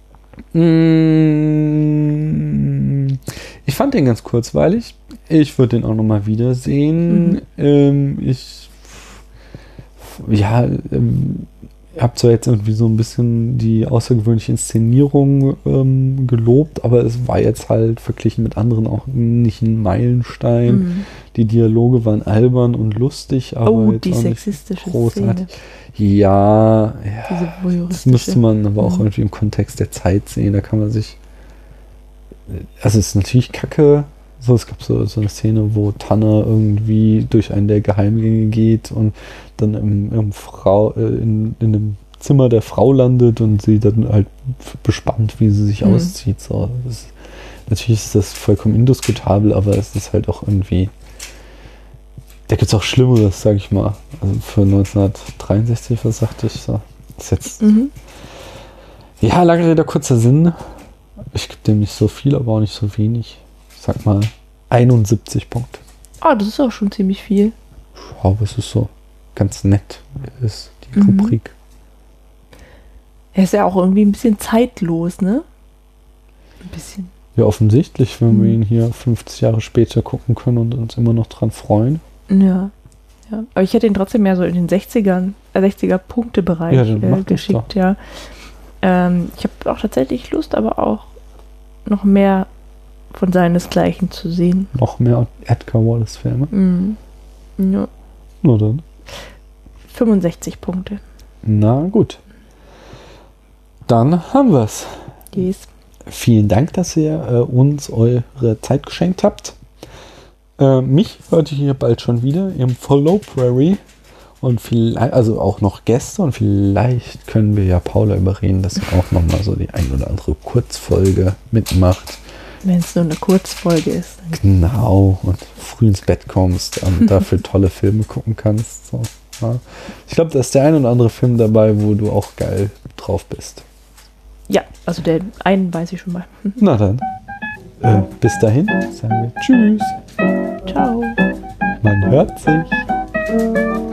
Ich fand den ganz kurzweilig. Ich würde den auch nochmal wiedersehen. Mhm. Ähm, ich ja, ähm, habe zwar jetzt irgendwie so ein bisschen die außergewöhnliche Inszenierung ähm, gelobt, aber es war jetzt halt verglichen mit anderen auch nicht ein Meilenstein. Mhm. Die Dialoge waren albern und lustig, aber oh, jetzt die auch sexistische nicht großartig. Szene. Ja, ja das müsste man aber auch mhm. irgendwie im Kontext der Zeit sehen. Da kann man sich, also es ist natürlich kacke. So, es gab so, so eine Szene, wo Tanner irgendwie durch einen der Geheimgänge geht und dann im, im Frau, äh, in, in einem Zimmer der Frau landet und sie dann halt bespannt, wie sie sich mhm. auszieht. So, das, natürlich ist das vollkommen indiskutabel, aber es ist halt auch irgendwie, da gibt es auch Schlimmeres, sag ich mal. Also für neunzehnhundertdreiundsechzig, was sagte ich so? Das ist jetzt, mhm. ja, lange Rede, kurzer Sinn. Ich gebe dem nicht so viel, aber auch nicht so wenig. Ich sag mal einundsiebzig Punkte. Ah, oh, das ist auch schon ziemlich viel. Ja, aber es ist so ganz nett, ist die mhm. Rubrik. Er ist ja auch irgendwie ein bisschen zeitlos, ne? Ein bisschen. Ja, offensichtlich, wenn mhm. wir ihn hier fünfzig Jahre später gucken können und uns immer noch dran freuen. Ja. ja. Aber ich hätte ihn trotzdem mehr so in den sechzigern, äh, sechziger-Punkte-Bereich ja, äh, geschickt, ja. Ähm, ich habe auch tatsächlich Lust, aber auch noch mehr von seinesgleichen zu sehen. Noch mehr Edgar Wallace-Filme? Mhm. Ja. Na dann. fünfundsechzig Punkte. Na gut. Dann haben wir es. Yes. Vielen Dank, dass ihr äh, uns eure Zeit geschenkt habt. Äh, mich hört ihr hier bald schon wieder im Follow Prairie. Und vielleicht, also auch noch Gäste und vielleicht können wir ja Paula überreden, dass sie auch nochmal so die ein oder andere Kurzfolge mitmacht. Wenn es nur eine Kurzfolge ist. Genau, und früh ins Bett kommst und dafür tolle Filme gucken kannst. So, ja. Ich glaube, da ist der ein oder andere Film dabei, wo du auch geil drauf bist. Ja, also den einen weiß ich schon mal. Na dann, äh, bis dahin sagen wir Tschüss. Ciao. Man hört sich.